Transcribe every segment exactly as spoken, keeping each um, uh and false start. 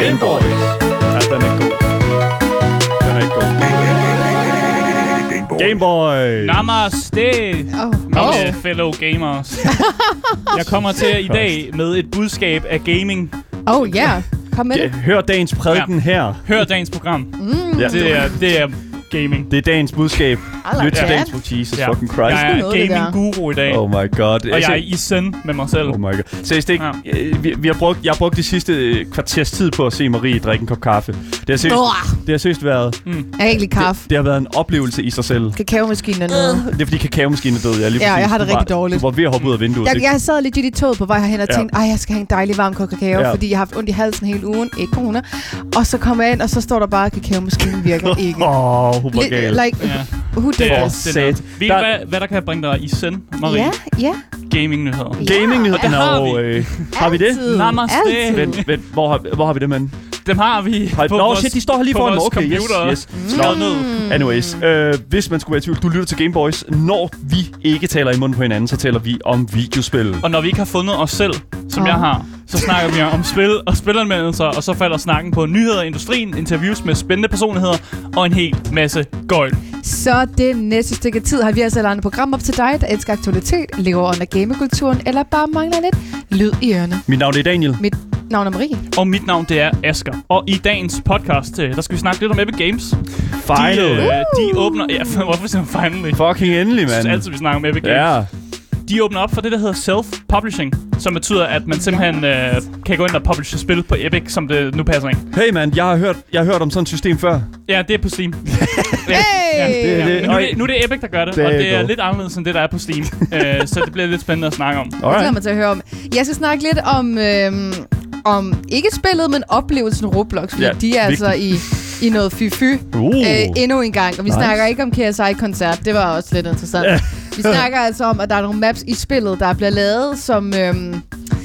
Game Boys. Ja, den er god. Den er ikke god. Game Boy. Namaste, Oh. mine Oh. fellow gamers. Jeg kommer til i dag med et budskab af gaming. Oh, ja. Yeah. Kom med Ja, det. hør dagens prædiken Ja. her. Hør dagens program. Mm. Ja. Det er, det er gaming. Det er dagens budskab. I like Lyt til that. dagens budskab. Jesus Ja. fucking Christ. Jeg er Noget, det der. gaming-guru i dag. Oh my god. Og jeg er i zen med mig selv. Oh my god. Seriøst, ikke? Ja. Øh, Vi, vi har brugt, jeg har brugt de sidste øh, kvarters tid på at se Marie drikke en kop kaffe. Det har seriøst, Uah. det har seriøst været... Mm. Jeg kan ikke lide kaffe. Det, det har været en oplevelse i sig selv. Kakaomaskinen er nede. Det er fordi kakaomaskinen er død. Ja, lige Ja, præcis. jeg har det Du var- rigtig dårligt. Du var ved at hoppe ud af vinduet. Jeg, ikke? jeg sad legit i toget på vej herhen og Ja. tænkte, ej, jeg skal have en dejlig varm kop kakao, Ja. fordi jeg har haft ondt i halsen hele ugen. Ikke corona. Og så kommer jeg ind, og så står der bare, at kakaomaskinen virker ikke. Åh, oh, hun var Li- gal. like, Ja. who did Det er, this? det er Sat. Ved I, Der- hvad, hvad der kan bringe dig i zen, Marie? Ja, ja. Gaming-nyheder. Gaming-nyheder. Det har Nå, vi. øh, har vi det? Altid. Namaste. Altid. Vent, vent, hvor har, hvor har vi det, mand? Dem har vi Har, på Nå, vores, shit, de står her lige på foran mig. vores Okay, yes, computer. yes. Skrevet Nå, ned. anyways. Øh, hvis man skulle være i tvivl, du lytter til Game Boys. Når vi ikke taler i munden på hinanden, så taler vi om videospil. Og når vi ikke har fundet os selv, som Åh. jeg har, så snakker vi om spil og spilanmeldelser, og så falder snakken på nyheder i industrien, interviews med spændende personligheder og en hel masse gøjl. Så det næste stykke tid har vi altså et andet program op til dig, der elsker aktualitet, lever under gamekulturen, eller bare mangler lidt lyd i ørerne. Mit navn er Daniel. Mit navn er Marie. Og mit navn, det er Asger. Og i dagens podcast, øh, der skal vi snakke lidt om Epic Games. Final. De, øh, de åbner... Ja, hvorfor siger man finally? Fucking endelig, Jeg synes mand. altid, vi snakker om Epic Games. Ja. De åbner op for det, der hedder self-publishing, som betyder, at man simpelthen øh, kan gå ind og publishe spil på Epic, som det nu passer ind. Hey, man, jeg har hørt, jeg har hørt om sådan et system før. Ja, det er på Steam. ja, Hey! Det er ja. det. Men nu, er det, nu er det Epic, der gør det, Det og er det er godt. lidt anderledes end det, der er på Steam. uh, så det bliver lidt spændende at snakke om. Jeg glæder Alright. mig til at høre om. Jeg skal snakke lidt om, øhm, om ikke spillet, men oplevelsen Roblox. Fordi Ja, de er altså i, i noget fy-fy Uh. øh, endnu en gang. Og vi Nice. snakker ikke om K S I-koncert. Det var også lidt interessant. Vi snakker altså om, at der er nogle maps i spillet, der bliver lavet som... Øhm,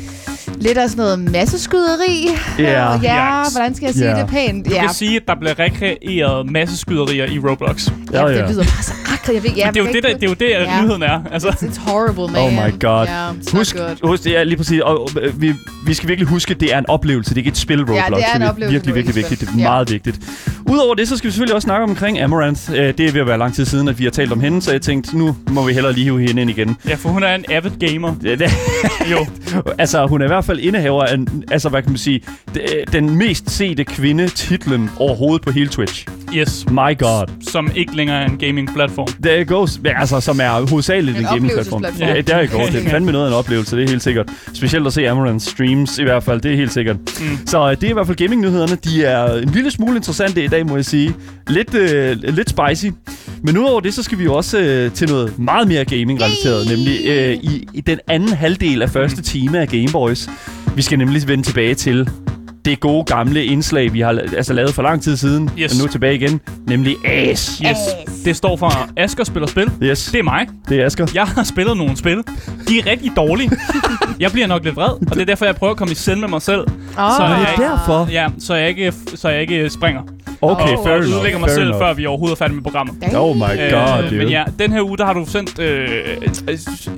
lidt af sådan noget masseskyderi. Ja. Og ja, Yikes. hvordan skal jeg sige Ja. det pænt? Du Ja, kan sige, at der bliver rekreeret masseskyderier i Roblox. ja, Ja, det ja. lyder bare så akkurat. Jeg ved, ja, Men det er jo det, der, det, er jo det at Ja. nyheden er. Altså, It's horrible, man. Oh my god. Yeah, it's Husk, not good. husk, det er lige præcis, og øh, vi, vi skal virkelig huske, at det er en oplevelse, det er ikke et spil, Roblox. det er en det oplevelse, virkelig, det er virkelig ikke et vigtigt. Det er spil. Ja. meget vigtigt. Udover det, så skal vi selvfølgelig også snakke omkring Amaranth. Øh, Det er ved at være lang tid siden, at vi har talt om hende, så jeg tænkte, nu må vi hellere lige hive hende ind igen. ja, for hun er en avid gamer. Ja, det, Jo. altså, hun er i hvert fald indehaver af, en- altså, hvad kan man sige, d- den mest sete kvinde-titlen overhovedet på hele Twitch. Yes. My god. Som ikke længere er en gaming-platform. There it goes. Ja, altså, som er hovedsageligt en, En gaming-platform. oplevelsesplatform. Ja, der går. Det er Ja. fandme noget af en oplevelse, det er helt sikkert. Specielt at se Amaranth streams i hvert fald, det er helt sikkert. Mm. Så øh, det er i hvert fald gaming-nyhederne. De er en lille smule interessante i dag, må jeg sige. Lidt, øh, lidt spicy. Men udover det, så skal vi jo også øh, til noget meget mere gaming-relateret, nemlig øh, i, i den anden halvdel af første time af Game Boys. Vi skal nemlig vende tilbage til det gode gamle indslag, vi har la- altså lavet for lang tid siden, Yes. og nu tilbage igen, nemlig Ace. Yes. Det står for Asger spiller spil. Yes, Det er mig. det er Asger. Jeg har spillet nogle spil. De er rigtig dårlige. Jeg bliver nok lidt vred, og det er derfor, jeg prøver at komme i zen med mig selv. Oh, Så det jeg- er derfor. Ja, så jeg ikke, så jeg ikke springer. Okay, og, fair og enough. ødelægger mig fair selv, enough. før vi overhovedet er færdige med programmet. Oh my god, dude. Men ja, den her uge, der har du sendt øh, øh,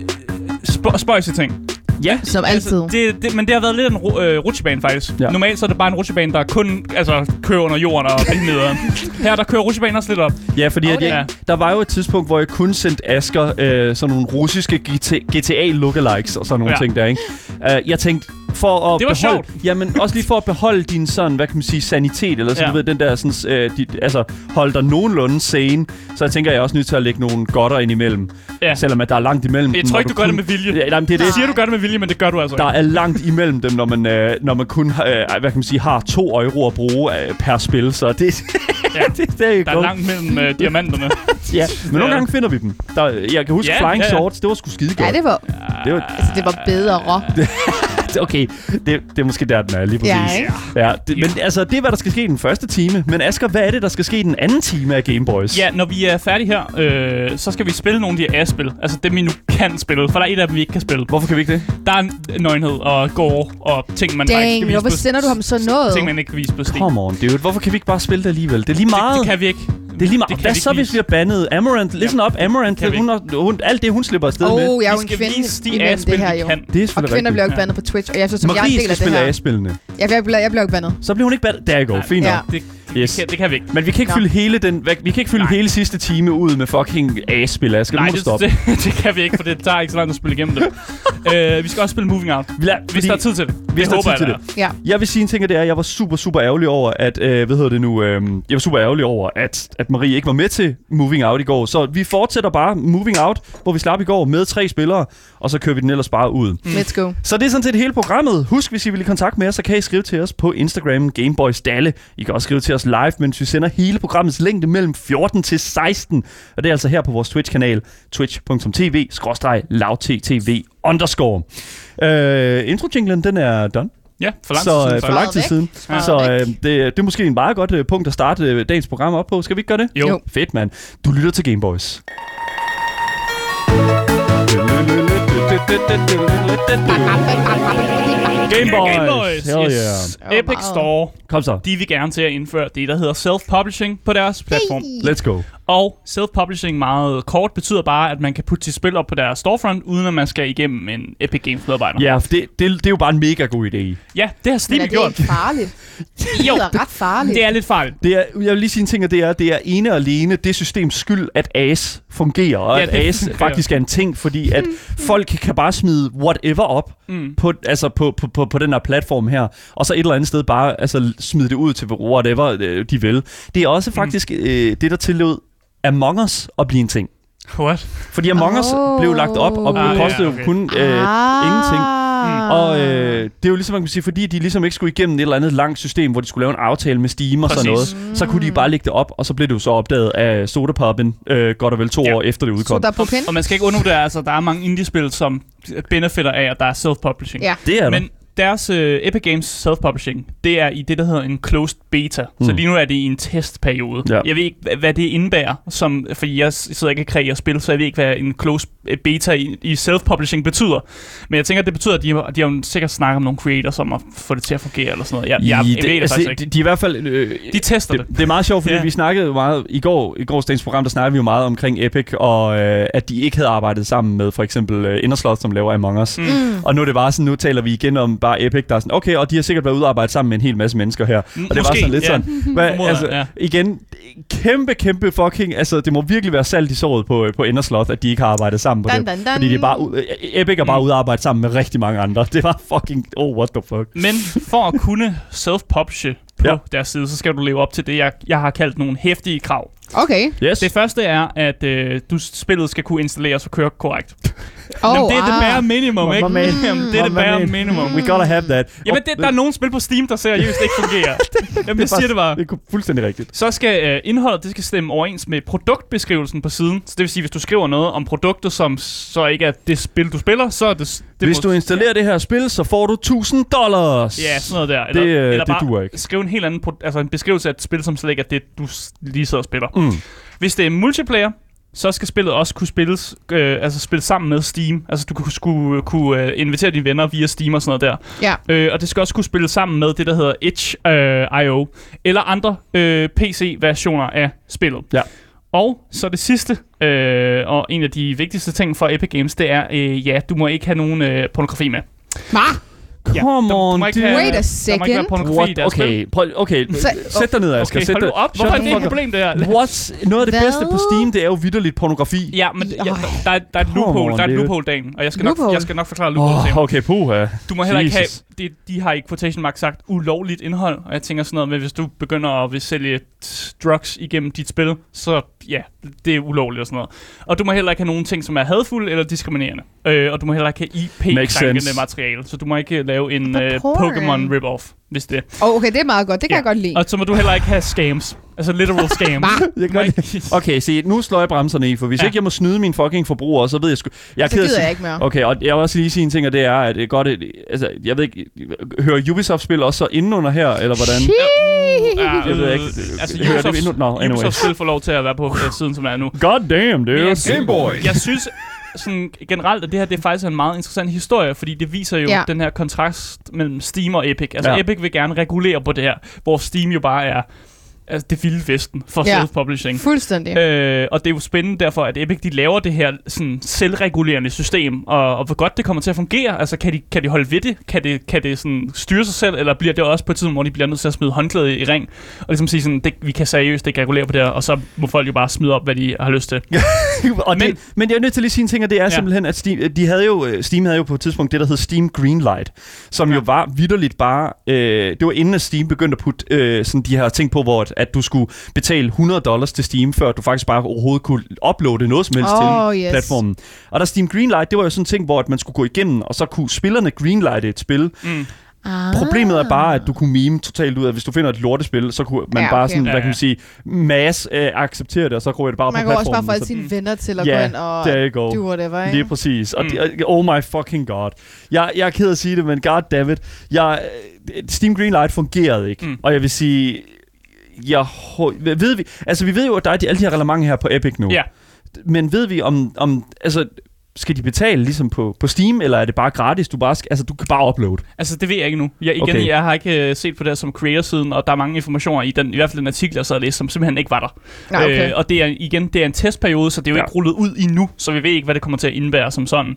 sp- spøjse ting. Ja, Som altid. Altså, det, det, men det har været lidt en ru- øh, rutsjebane, faktisk. Ja. Ja. Normalt så er det bare en rutsjebane, der kun altså, kører under jorden og lidt nederen. Her, der kører rutsjebanen også lidt op. Ja, fordi Oh, at jeg, ja. der var jo et tidspunkt, hvor jeg kun sendte Asger øh, sådan nogle russiske G T A lookalikes og sådan nogle ja. Ja. ting der, ikke? Uh, jeg tænkte, for at Det var beholde, sjovt. Jamen, også lige for at beholde din sådan, hvad kan man sige, sanitet, eller sådan, Ja. du ved, den der sådan, øh, dit, altså, holde dig nogenlunde sane, så jeg tænker, jeg er også nødt til at lægge nogle godter ind imellem, Ja. selvom at der er langt imellem Jeg dem, tror når ikke, du gør kun- det med vilje. Ja, jamen, det er Du det. siger, du gør det med vilje, men det gør du altså Der ikke. er langt imellem dem, når man, øh, når man kun har, øh, hvad kan man sige, har to euro at bruge øh, per spil, så det, Ja. det, det er Der er godt. langt mellem øh, diamanterne. Ja, men nogle Ja. gange finder vi dem. Der, jeg kan huske Ja, Flying ja, ja. Swords, det var sgu skide godt. Ja, det var, det var, altså, det var bedre. okay, det, det er måske der, den er lige præcis. Ja, ikke? Ja, det, men altså, det er, hvad der skal ske i den første time. Men Asger, hvad er det, der skal ske i den anden time af Game Boys? Ja, når vi er færdige her, øh, så skal vi spille nogle af de her A-spil. Altså dem, vi nu kan spille. For der er et af dem, vi ikke kan spille. Hvorfor kan vi ikke det? Der er nøgenhed og gore og ting, man bare ikke Dang, skal vise hvorfor på sender du ham så noget? ting, man ikke kan vise på Steam. Come on, dude. Hvorfor kan vi ikke bare spille det alligevel? Det er lige Det, meget. det kan vi ikke. Det er lige meget. Hvad så, hvis vi har bandet Amarant? Listen up, Amarant. Hun, hun, alt det, hun slipper afsted oh, med. Oh, jeg er jo en kvinde i det her, jo. Det er og kvinder bliver jo ikke bandet på Twitch, og jeg synes, som jeg er en del af det her. Marie skal spille A-spillene. Jeg bliver, jeg bliver ikke bandet. Så bliver hun ikke bandet. Der er go. Fint ja. nok. Det, yes. det, det kan vi ikke. Men vi kan ikke Nå. fylde hele den, vi kan ikke fylde hele sidste time ud med fucking A-spil. Skal Nej, du det, stoppe? det, det, kan vi ikke, for det tager ikke så langt at spille igennem det. uh, vi skal også spille Moving Out. Vi lader, hvis der er tid til det. Hvis det der er tid håber til jeg, det. Ja. Jeg vil sige en ting, og det er, at jeg var super, super ærgerlig over, at, øh, hvad hedder det nu, øh, jeg var super ærgerlig over, at, at Marie ikke var med til Moving Out i går. Så vi fortsætter bare Moving Out, hvor vi slap i går med tre spillere, og så kører vi den ellers bare ud. Mm. Let's go. Så det er sådan set hele programmet. Husk, hvis I vil i kontakt med os, så kan I skrive til os på Instagram, Gameboys Dalle. I kan også skrive til os live, mens vi sender hele programmets længde mellem fjorten til seksten. Og det er altså her på vores Twitch-kanal, twitch punktum tv skråstreg lavttv underscore. Øh, intro-jinglen, den er done. Ja, for lang så, tid siden. for lang tid siden. Ja. Så øh, det, det er måske en meget godt øh, punkt at starte øh, dagens program op på. Skal vi ikke gøre det? Jo. Jo. Fedt, mand. Du lytter til Gameboys. Gameboys. Gameboys. Hell Yes. yeah. Epic Store. Kom så. De vil gerne til at indføre det, der hedder self-publishing på deres platform. Let's go. Og self-publishing meget kort betyder bare, at man kan putte sit spil op på deres storefront, uden at man skal igennem en Epic Games medarbejder. Ja, for det, det, det er jo bare en mega god idé. Ja, det har Steam Men er det gjort. ikke farligt? Det Jo, er ret farligt. det er lidt farligt. Det er, jeg vil lige sige en ting, og det er, det er ene og alene det systems skyld, at A S fungerer, og Ja, at det A S fungerer. faktisk er en ting, fordi at folk kan bare smide whatever op Mm. på, altså på, på, på, på den her platform her, og så et eller andet sted bare altså, smide det ud til whatever øh, de vil. Det er også faktisk mm. øh, det, der tillod Among Us at blive en ting. What? Fordi Among Us Oh. blev lagt op, og Ah, det kostede ja, jo okay. kun øh, ah. ingenting. Mm. Og øh, det er jo ligesom, man kan sige, fordi de ligesom ikke skulle igennem et eller andet langt system, hvor de skulle lave en aftale med Steam og sådan Præcis. noget, så kunne de bare lægge det op, og så blev det jo så opdaget af Sodapoppen øh, godt og vel to Ja. år efter det Så udkom. der er på pind? Og man skal ikke undervurdere, altså der er mange indie-spil, som benefitter af, at der er self-publishing. Ja. Det er der. Men deres uh, Epic Games self-publishing, det er i det, der hedder en closed beta. Mm. Så Mm. lige nu er det i en testperiode. Ja. Jeg ved ikke, hva- hvad det indebærer, som, fordi jeg sidder ikke og kreerer spil, så jeg ved ikke, hvad en closed beta i, i self-publishing betyder. Men jeg tænker, det betyder, at de, har- de har jo sikkert snakket om nogle creators, som at få det til at fungere eller sådan noget. Jeg, jeg, jeg, I- jeg ved det altså, faktisk ikke. De, de er i hvert fald... Øh, De tester det. det. Det er meget sjovt, fordi Ja. vi snakkede jo meget... I går, i gårsdagens program, der snakkede vi jo meget omkring Epic, og øh, at de ikke havde arbejdet sammen med for eksempel øh, Indersloth, som laver Among Us. Mm. Og nu er det bare sådan, nu taler vi igen om bare Epic, der er sådan, okay, og de har sikkert været ude og arbejde sammen med en hel masse mennesker her. Mm, Og det var måske, sådan lidt ja. sådan, hvad, Formoder, altså, ja. igen, kæmpe, kæmpe fucking, altså det må virkelig være salt i såret på, på Indersloth, at de ikke har arbejdet sammen på Dun, det. dun, dun. Fordi det er bare, ud- Epic er bare Mm. ude og arbejde sammen med rigtig mange andre. Det var fucking, oh what the fuck. Men for at kunne self-publishe på Ja. deres side, så skal du leve op til det, jeg, jeg har kaldt nogle hæftige krav. Okay. Yes. Det første er, at øh, du spillet skal kunne installeres og køre korrekt. Oh, Jamen, det er det ah. bare minimum, My ikke? man. Jamen, det er det My bare man. minimum. We gotta have that. Jamen, Og- det, der er nogle spil på Steam, der seriøst ikke fungerer. Jamen, jeg siger det bare. Det er fuldstændig rigtigt. Så skal øh, indholdet, det skal stemme overens med produktbeskrivelsen på siden. Så det vil sige, hvis du skriver noget om produktet, som så ikke er det spil, du spiller, så er det... det Hvis må- du installerer det her spil, så får du tusind dollars. Ja, sådan noget der. Eller, Det, øh, eller det bare duer ikke. skriv en helt anden... pro- Altså en beskrivelse af et spil, som slet ikke er det, du s- lige sidder og spiller. Mm. Hvis det er multiplayer, så skal spillet også kunne spilles, øh, altså spilles sammen med Steam. Altså du kunne, skulle kunne øh, invitere dine venner via Steam og sådan noget der. Ja. Øh, og det skal også kunne spilles sammen med det, der hedder itch punktum i o. Eller andre øh, P C-versioner af spillet. Ja. Og så det sidste, øh, og en af de vigtigste ting for Epic Games, det er, øh, ja, du må ikke have nogen øh, pornografi med. Hva? Ja, Come du, on, du må ikke dude. have, Wait a Der må ikke second. være pornografi i deres spil. Okay, prøv, okay. Så- Sæt dig ned, Asger. Okay, Sæt hold dig. nu op. Shut Hvorfor er the det et fuck up. problem, det her? What? Noget af det Hvad? bedste på Steam, det er jo vitterligt pornografi. Ja, men ja, Øj. der, er, der er et Come loophole, on, der er et dude. loophole, dagen, og jeg skal, nok, Loophole? jeg skal nok forklare loophole til Oh, okay, puha. Du må heller ikke have, Jesus. det, de har i quotation mark sagt, ulovligt indhold, og jeg tænker sådan noget med, hvis du begynder at vil sælge t- drugs igennem dit spil, så ja, det er ulovligt og sådan noget. Og du må heller ikke have nogen ting, som er hadfulde eller diskriminerende. Øh, og du må heller ikke have I Makes P-krænkende sense. materiale, så du må ikke lave en The uh, porn. Pokémon rip-off, hvis det er. Oh, okay, det er meget godt. Det kan Ja. jeg godt lide. Og så må du heller ikke have scams, altså literal scams. Hva? Jeg Du må kan ikke- Okay, se, nu slår jeg bremserne i, for hvis Ja. ikke jeg må snyde mine fucking forbrugere, så ved jeg sgu... Jeg er Så ked af at gider sige- jeg ikke mere. Okay, og jeg vil også lige sige en ting, og det er, at det er godt... et- Altså, jeg ved ikke... Hører Ubisoft-spil også så indenunder her, eller hvordan? Ja, Jeg ved ikke. Altså, Hører det Ubisoft, endnu- Nå, anyways. Ubisoft spil får lov til at være på uh, siden, som er nu. God damn, dude. Men jeg, Gameboy. jeg synes sådan, generelt, at det her det er faktisk en meget interessant historie, fordi det viser jo Ja. den her kontrast mellem Steam og Epic. Altså Ja. Epic vil gerne regulere på det her, hvor Steam jo bare er altså, det vilde vesten for Ja. self-publishing. Fuldstændig. Øh, og det er jo spændende derfor, at Epic de laver det her sådan, selvregulerende system, og, og hvor godt det kommer til at fungere. Altså, kan de, kan de holde ved det? Kan det, kan det sådan, styre sig selv, eller bliver det også på et tidspunkt, hvor de bliver nødt til at smide håndklædet i ring, og ligesom sige sådan, det, vi kan seriøst ikke regulere på det her, og så må folk jo bare smide op, hvad de har lyst til. og Men- det, men jeg er nødt til lige at sige en ting, og det er ja. simpelthen, at Steam, de havde jo, Steam havde jo på et tidspunkt det, der hed Steam Greenlight, som ja. jo var vitterligt bare, øh, det var inden at Steam begyndte at putte øh, sådan de her ting på, hvor at, at du skulle betale hundrede dollars til Steam, før du faktisk bare overhovedet kunne uploade noget som helst Oh, til yes. platformen. Og der Steam Greenlight, det var jo sådan en ting, hvor at man skulle gå igennem, og så kunne spillerne greenlighte et spil. Mm. Ah. Problemet er bare, at du kunne meme totalt ud af, hvis du finder et lortespil, så kunne man Ja, bare okay. sådan, Ja, hvad kan ja. man sige, mass øh, acceptere det, og så går det bare Man på kan også bare platformen. få alle så- sine venner til at Ja, gå ind og there you go. do whatever, ikke? Lige præcis. Og Mm. det, oh my fucking god. Jeg, jeg er ked af at sige det, men god damn it. Jeg, Steam Greenlight fungerede ikke. Mm. Og jeg vil sige, jeg, ved vi, altså vi ved jo, at der er de, alle de her reglementer her på Epic nu. Ja. Men ved vi om, om altså, skal de betale ligesom på, på Steam, eller er det bare gratis? Du, bare skal, altså, du kan bare uploade. Altså, det ved jeg ikke nu. Jeg, igen, Okay. jeg har ikke uh, set på det her som creator-siden, og der er mange informationer i den, i hvert fald den artikel, jeg sad og læste, som simpelthen ikke var der. Ja, okay. Øh, og det er igen, det er en testperiode, så det er jo Ja. ikke rullet ud endnu, så vi ved ikke, hvad det kommer til at indebære som sådan.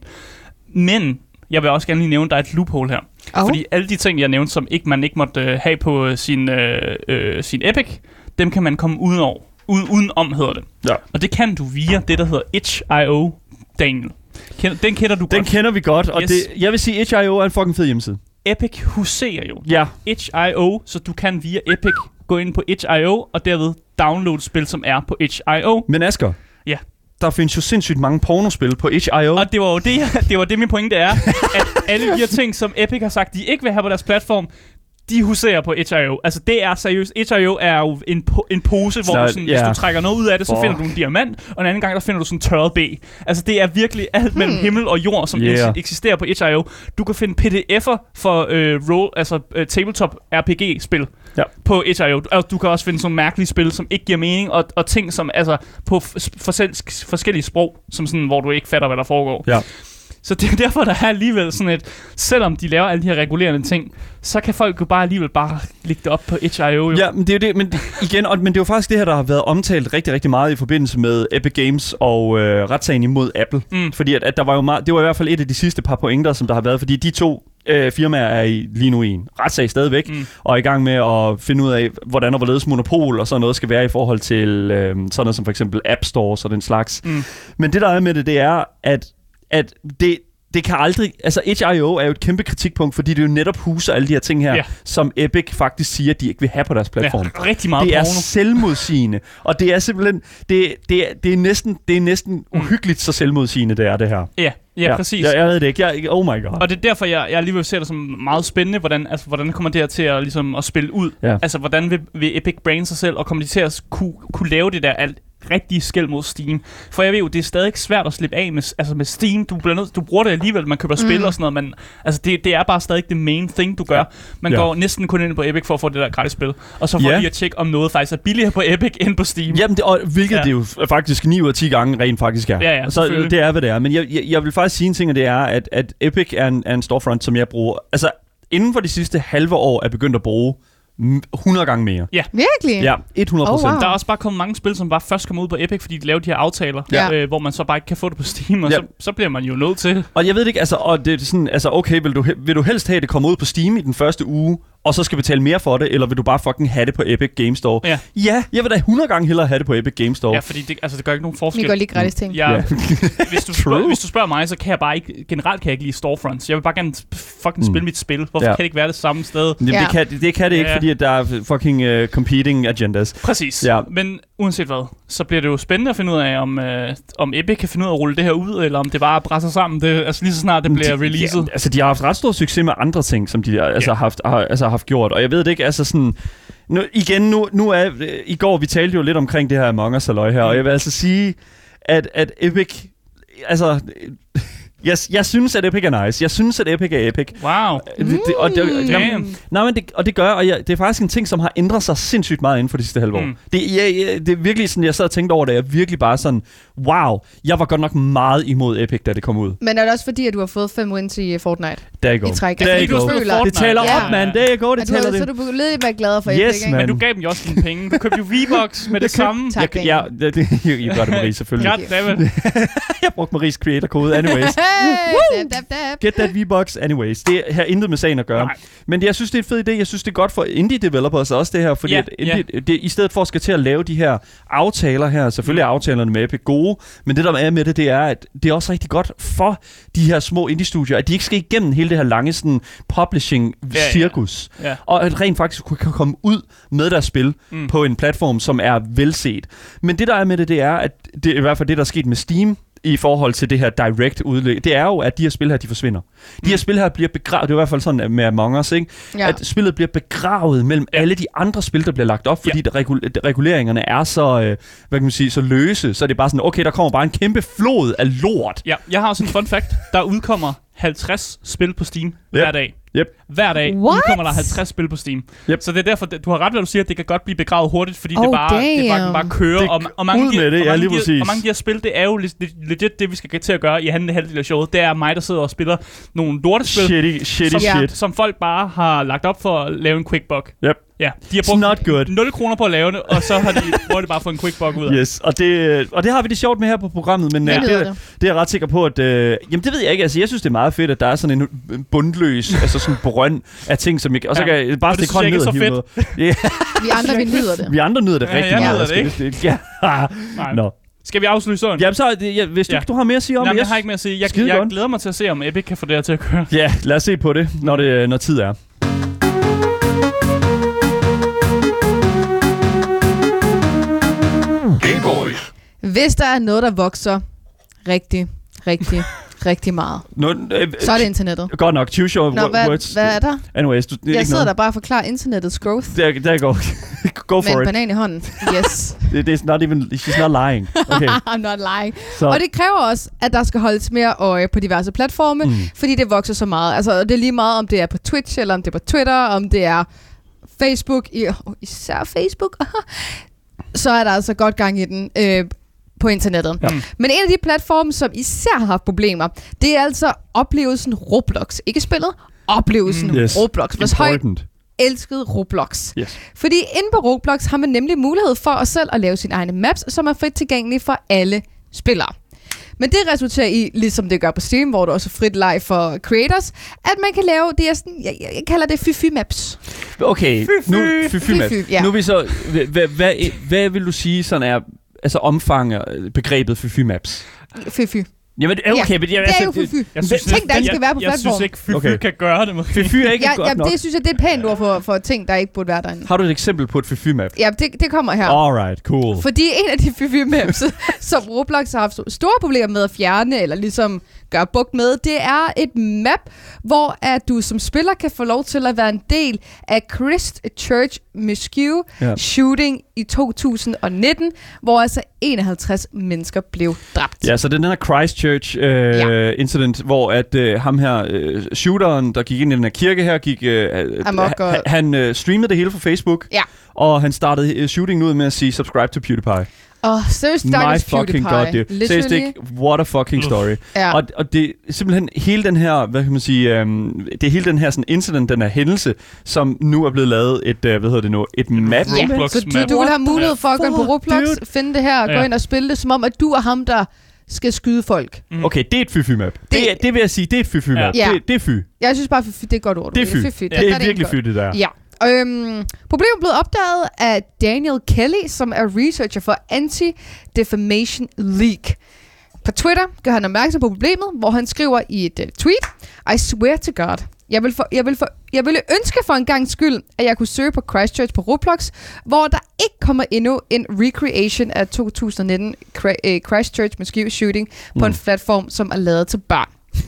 Men jeg vil også gerne lige nævne, at der er et loophole her. Oh. Fordi alle de ting, jeg nævnte, som ikke, man ikke måtte øh, have på øh, sin, øh, øh, sin Epic, dem kan man komme uden over. Uden, udenom hedder det. Ja. Og det kan du via det, der hedder itch punktum i o, Daniel. Kend, den kender du Den godt. kender vi godt, og Yes. det, jeg vil sige, itch punktum i o er en fucking fed hjemmeside. Epic huserer jo Ja. itch punktum i o, så du kan via Epic gå ind på itch punktum i o, og derved downloade spil, som er på itch punktum i o. Men Asger, Ja. der findes jo sindssygt mange pornospil på itch punktum i o. Og det var jo det, det, var det min pointe er, at alle de her ting, som Epic har sagt, de ikke vil have på deres platform, de huserer på itch punktum i o. Altså, det er seriøst. itch punktum i o er jo en, po- en pose, hvor Så, du sådan, ja. hvis du trækker noget ud af det, så Fuck. finder du en diamant, og en anden gang, der finder du sådan en tørret B. Altså, det er virkelig alt mellem himmel og jord, som Yeah. yeah. eksisterer på itch punktum i o. Du kan finde P D F'er for øh, roll, altså øh, tabletop R P G-spil Ja. på itch punktum i o. Altså, du kan også finde sådan mærkelige spil, som ikke giver mening, og, og ting, som altså på f- forsel- forskellige sprog, som sådan, hvor du ikke fatter, hvad der foregår. Ja. Så det er derfor, der er alligevel sådan et, selvom de laver alle de her regulerende ting, så kan folk jo bare alligevel bare lægge det op på itch punktum i o. Jo. Ja, men det er jo det, men igen, og, men det er jo faktisk det her, der har været omtalt rigtig, rigtig meget i forbindelse med Epic Games og øh, retssagen imod Apple. Mm. Fordi at, at der var jo meget, det var i hvert fald et af de sidste par pointer, som der har været, fordi de to øh, firmaer er i, lige nu i en retssag stadigvæk, Mm. og er i gang med at finde ud af, hvordan og hvorledes monopol og sådan noget skal være i forhold til øh, sådan noget som for eksempel App Stores og den slags. Mm. Men det, der er med det, det er, at, at det... Det kan aldrig... Altså, itch punktum i o er jo et kæmpe kritikpunkt, fordi det jo netop huser alle de her ting her, Ja. som Epic faktisk siger, at de ikke vil have på deres platform. Ja, rigtig meget Det er porno. selvmodsigende, og det er simpelthen... Det, det, er, det, er, næsten, det er næsten uhyggeligt, så selvmodsigende det er, det her. Ja, ja, præcis. Jeg, jeg ved det ikke. Jeg, oh my god. Og det er derfor, jeg, jeg alligevel ser det som meget spændende, hvordan, altså, hvordan kommer det her til at, ligesom, at spille ud. Ja. Altså, hvordan vil, vil Epic brande sig selv, og kommer de til at kunne, kunne lave det der alt rigtige skæld mod Steam. For jeg ved jo, det er stadig svært at slippe af med, altså med Steam. Du, bliver nødt, du bruger det alligevel, man køber spil Mm. og sådan noget, men altså, det, det er bare stadig det main thing, du gør. Man Ja. går næsten kun ind på Epic for at få det der gratis spil. Og så får Ja. lige at tjekke, om noget faktisk er billigere på Epic end på Steam. Jamen, det, og, hvilket Ja. ja. det jo faktisk ni ud af ti gange rent faktisk er. Ja, ja, så selvfølgelig. det er, hvad det er. Men jeg, jeg, jeg vil faktisk sige en ting, og det er, at, at Epic er en, er en storefront, som jeg bruger... Altså, inden for de sidste halve år er begyndt at bruge hundrede gange mere. Virkelig? Ja, hundrede procent. Oh, wow. Der er også bare kommet mange spil, som bare først kommer ud på Epic, fordi de laver de her aftaler, Ja. øh, hvor man så bare ikke kan få det på Steam, og Ja. så, så bliver man jo nødt til. Og jeg ved ikke, altså, og det er sådan, altså, okay, vil du, he- vil du helst have, at det kommer ud på Steam i den første uge, og så skal betale mere for det, eller vil du bare fucking have det på Epic Game Store? Ja. Ja, jeg vil da hundrede gange hellere have det på Epic Game Store. Ja, fordi det, altså, det gør ikke nogen Vi forskel. går lige gratis ting. Ja, Ja. hvis, du True. spørger, hvis du spørger mig, så kan jeg bare ikke, generelt kan jeg ikke lide storefronts. Jeg vil bare gerne fucking Mm. spille mit spil. Hvorfor Ja. kan det ikke være det samme sted? Det, Ja. det, kan, det kan det ikke, Ja. fordi at der er fucking uh, competing agendas. Præcis. Ja. Men uanset hvad, så bliver det jo spændende at finde ud af, om, øh, om Epic kan finde ud af at rulle det her ud, eller om det bare brænder sammen. Det, altså lige så snart det bliver De- releaset. Ja, altså, de har haft ret stor succes med andre ting, som de altså, Ja. haft, har, altså, haft gjort. Og jeg ved det ikke, altså sådan... Nu, igen, nu, nu er... Øh, I går, vi talte jo lidt omkring det her Among Us halløj her, Mm. og jeg vil altså sige, at, at Epic... Altså... Jeg, jeg synes, at Epic er nice. Jeg synes, at Epic er Epic. Wow. Det, det, og det, Mm. jamen, nej, men det, og det gør, og jeg, det er faktisk en ting, som har ændret sig sindssygt meget inden for de sidste halve år. Mm. Det, jeg, jeg, det er virkelig sådan, jeg sad og tænkte over det, jeg er virkelig bare sådan, wow, jeg var godt nok meget imod Epic, da det kom ud. Men er det også fordi, at du har fået fem wins i Fortnite? There you go. I træk. There fordi you du go. spiller Det taler Ja. op, mand. There you go, det Og du har, taler så det. er du ledigt være glad for Yes, Epic, ikke? man. Men du gav dem jo også dine penge. Du købte jo V-Bucks med det samme. Tak, Jeg, Daniel. ja, det, det, I gør det, Marie, selvfølgelig. Goddammit. Jeg brugte Maries creator-kode, anyways. Hey, dab, dab, dab. Get that V-Bucks, anyways. Det har intet med sagen at gøre. Nej. Men jeg synes, det er en fed idé. Jeg synes, det er godt for indie-developers også, det her. Fordi Ja, at indie, det, i stedet for at skal til at lave de her aftaler her, selvfølgelig er aftalerne med Epic gode, men det, der er med det, det er, at det er også rigtig godt for de her små indie-studier, at de ikke skal igennem hele det her lange sådan, publishing-cirkus. Ja, ja. Og at rent faktisk kan komme ud med deres spil mm. på en platform, som er velset. Men det, der er med det, det er, at det er i hvert fald det, der er sket med Steam, i forhold til det her direct udlæg, det er jo, at de her spil her, de forsvinder. De her spil her bliver begravet, det er i hvert fald sådan med Among Us, ikke? Ja. At spillet bliver begravet mellem Ja. alle de andre spil, der bliver lagt op, fordi ja. regul- reguleringerne er så, øh, hvad kan man sige, så løse, så det er bare sådan, okay, der kommer bare en kæmpe flod af lort. Ja, jeg har også en fun fact. Der udkommer halvtreds spil på Steam yep. hver dag. Yep. Hver dag What? udkommer der halvtreds spil på Steam. Yep. Så det er derfor, du har ret, hvad du siger, at det kan godt blive begravet hurtigt, fordi Oh, det bare, det bare, damn. bare kører. Det- og, og mange ud af de- med det, og ja, mange lige af de- præcis. Og mange af de her spil, det er jo legit, legit det, vi skal til at gøre i anden halvdel af showet. Det er mig, der sidder og spiller nogle lortespil, Shitty, shitty som, Ja. shit. som folk bare har lagt op for at lave en quick buck. Yep. Ja, de har It's not good. brugt nul kroner på at lave det, og så har de brugt det bare for en quick buck ud af. Yes, og det, og det har vi det sjovt med her på programmet, men Hvad øh, hedder det, det? det er jeg ret sikker på, at... Øh, jamen, det ved jeg ikke. Altså, jeg synes, det er meget fedt, at der er sådan en bundløs, altså sådan en brønd af ting, som jeg... Og så Ja. kan jeg bare Og det stikke hånden synes ned jeg og ikke hive noget. Ja, Vi andre, vi nyder det. vi andre nyder det Ja, rigtig jeg meget. nyder det Jeg skal- det- Ja. Nej. Nå. Skal vi afslutte sådan? Jamen, så, det- ja, hvis du, Ja. ikke du har mere at sige om Nej, det, men jeg har ikke mere at sige. Jeg, Skide jeg godt. glæder mig til at se, om Epic kan få det her til at køre. Ja, lad os se på det, når, det, når tid er. Hvis der er noget, der vokser rigtig, rigtig, rigtig meget, Nå, øh, så er det internettet. Godt nok, choose your Nå, wo- hvad, words. hvad er der? Anyways, du, det er Jeg ikke sidder der noget. bare og forklarer internettets growth Der, der går. Go med for en it. banan i hånden. Yes. It is not even, she's not lying. Okay, I'm not lying. så... Og det kræver også, at der skal holdes mere øje på diverse platforme, Mm. fordi det vokser så meget. Altså, det er lige meget, om det er på Twitch, eller om det er på Twitter, om det er Facebook, i- oh, især Facebook, så er der altså godt gang i den øh, på internettet. Ja. Men en af de platforme, som især har haft problemer, det er altså oplevelsen Roblox. Ikke spillet, oplevelsen Mm. Yes. Roblox. Vores højt Important. elskede Roblox. Yes. Fordi inde på Roblox har man nemlig mulighed for at selv at lave sine egne maps, som er frit tilgængelige for alle spillere. Men det resulterer i, ligesom det gør på Steam, hvor det også er frit leg for creators, at man kan lave det, jeg, sådan, jeg, jeg kalder det fy-fy maps. Okay, nu, fy, fy, mand. Fy-fy, ja. Nu er vi så... Hvad, hvad, hvad vil du sige sådan er... Altså omfang af begrebet fy maps? Fy-fy. Jamen, okay, Ja, men... Jeg, Det er jo altså, fy-fy. Jeg synes, Ting, der ikke skal være på jeg, jeg platform. synes ikke, Fy Okay. okay. kan gøre det. Fy fy er ikke Ja, godt ja, nok. det synes jeg, det er et pænt ord for, for ting, der ikke burde være derinde. Har du et eksempel på et fy map? Ja, det, det kommer her. Alright, cool. Fordi en af de fy-fy maps, som Roblox har haft store problemer med at fjerne, eller ligesom gøre bugt med, det er et map, hvor at du som spiller kan få lov til at være en del af Christ Church Mosque Ja. shooting i to tusind nitten, hvor altså enoghalvtreds mennesker blev dræbt. Ja, så den her Christchurch øh, Ja. incident, hvor at øh, ham her, øh, shooteren, der gik ind i den her kirke her, gik, øh, Amok og- han, han øh, streamede det hele fra Facebook, Ja. og han startede øh, shootingen ud med at sige, subscribe to PewDiePie. Og seriøst, My stakkels fucking god, dude. PewDiePie. Seriøst Literally. ikke, what a fucking story. Ja. Og, og det er simpelthen hele den her, hvad kan man sige, øhm, det er hele den her sådan incident, den her hændelse, som nu er blevet lavet et, øh, hvad hedder det nu, et map. Ja, Roblox så du, map. du vil have mulighed for at gå ind på Fuck, Roblox, dude. finde det her og gå Ja. ind og spille det, som om, at du er ham, der skal skyde folk. Okay, det er et fy-fy-map. Det, Det- det, det vil jeg sige, det er et fy-fy-map. Ja. Det, det er fy. Jeg synes bare, fy- det er et godt ord. du Det er ved. fy. Det er, fy. Det er egentlig virkelig godt. fy, det der. Ja. Øhm, problemet blev opdaget af Daniel Kelly, som er researcher for Anti-Defamation League. På Twitter gør han opmærksom på problemet, hvor han skriver i et uh, tweet, I swear to God, jeg, vil for, jeg, vil for, jeg ville ønske for en gang skyld, at jeg kunne søge på Christchurch på Roblox, hvor der ikke kommer endnu en recreation af to tusind nitten Cra- uh, Christchurch Mosque shooting på Mm. en platform, som er lavet til børn.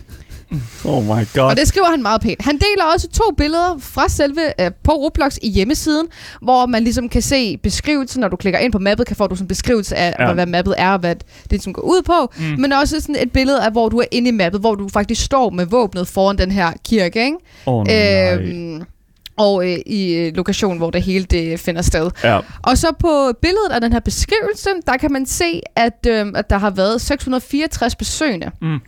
Oh my god. Og det skriver han meget pænt. Han deler også to billeder fra selve øh, på Roblox i hjemmesiden, hvor man ligesom kan se beskrivelsen, når du klikker ind på mappet, kan få du sådan en beskrivelse af, ja. hvad mappet er, og hvad det som går ud på. Mm. Men også sådan et billede af, hvor du er inde i mappet, hvor du faktisk står med våbnet foran den her kirke, ikke? Oh, nej. Øhm, og øh, i øh, lokationen, hvor det hele det finder sted. Ja. Og så på billedet af den her beskrivelse, der kan man se, at, øh, at der har været seks hundrede og fireogtres besøgende. Mm.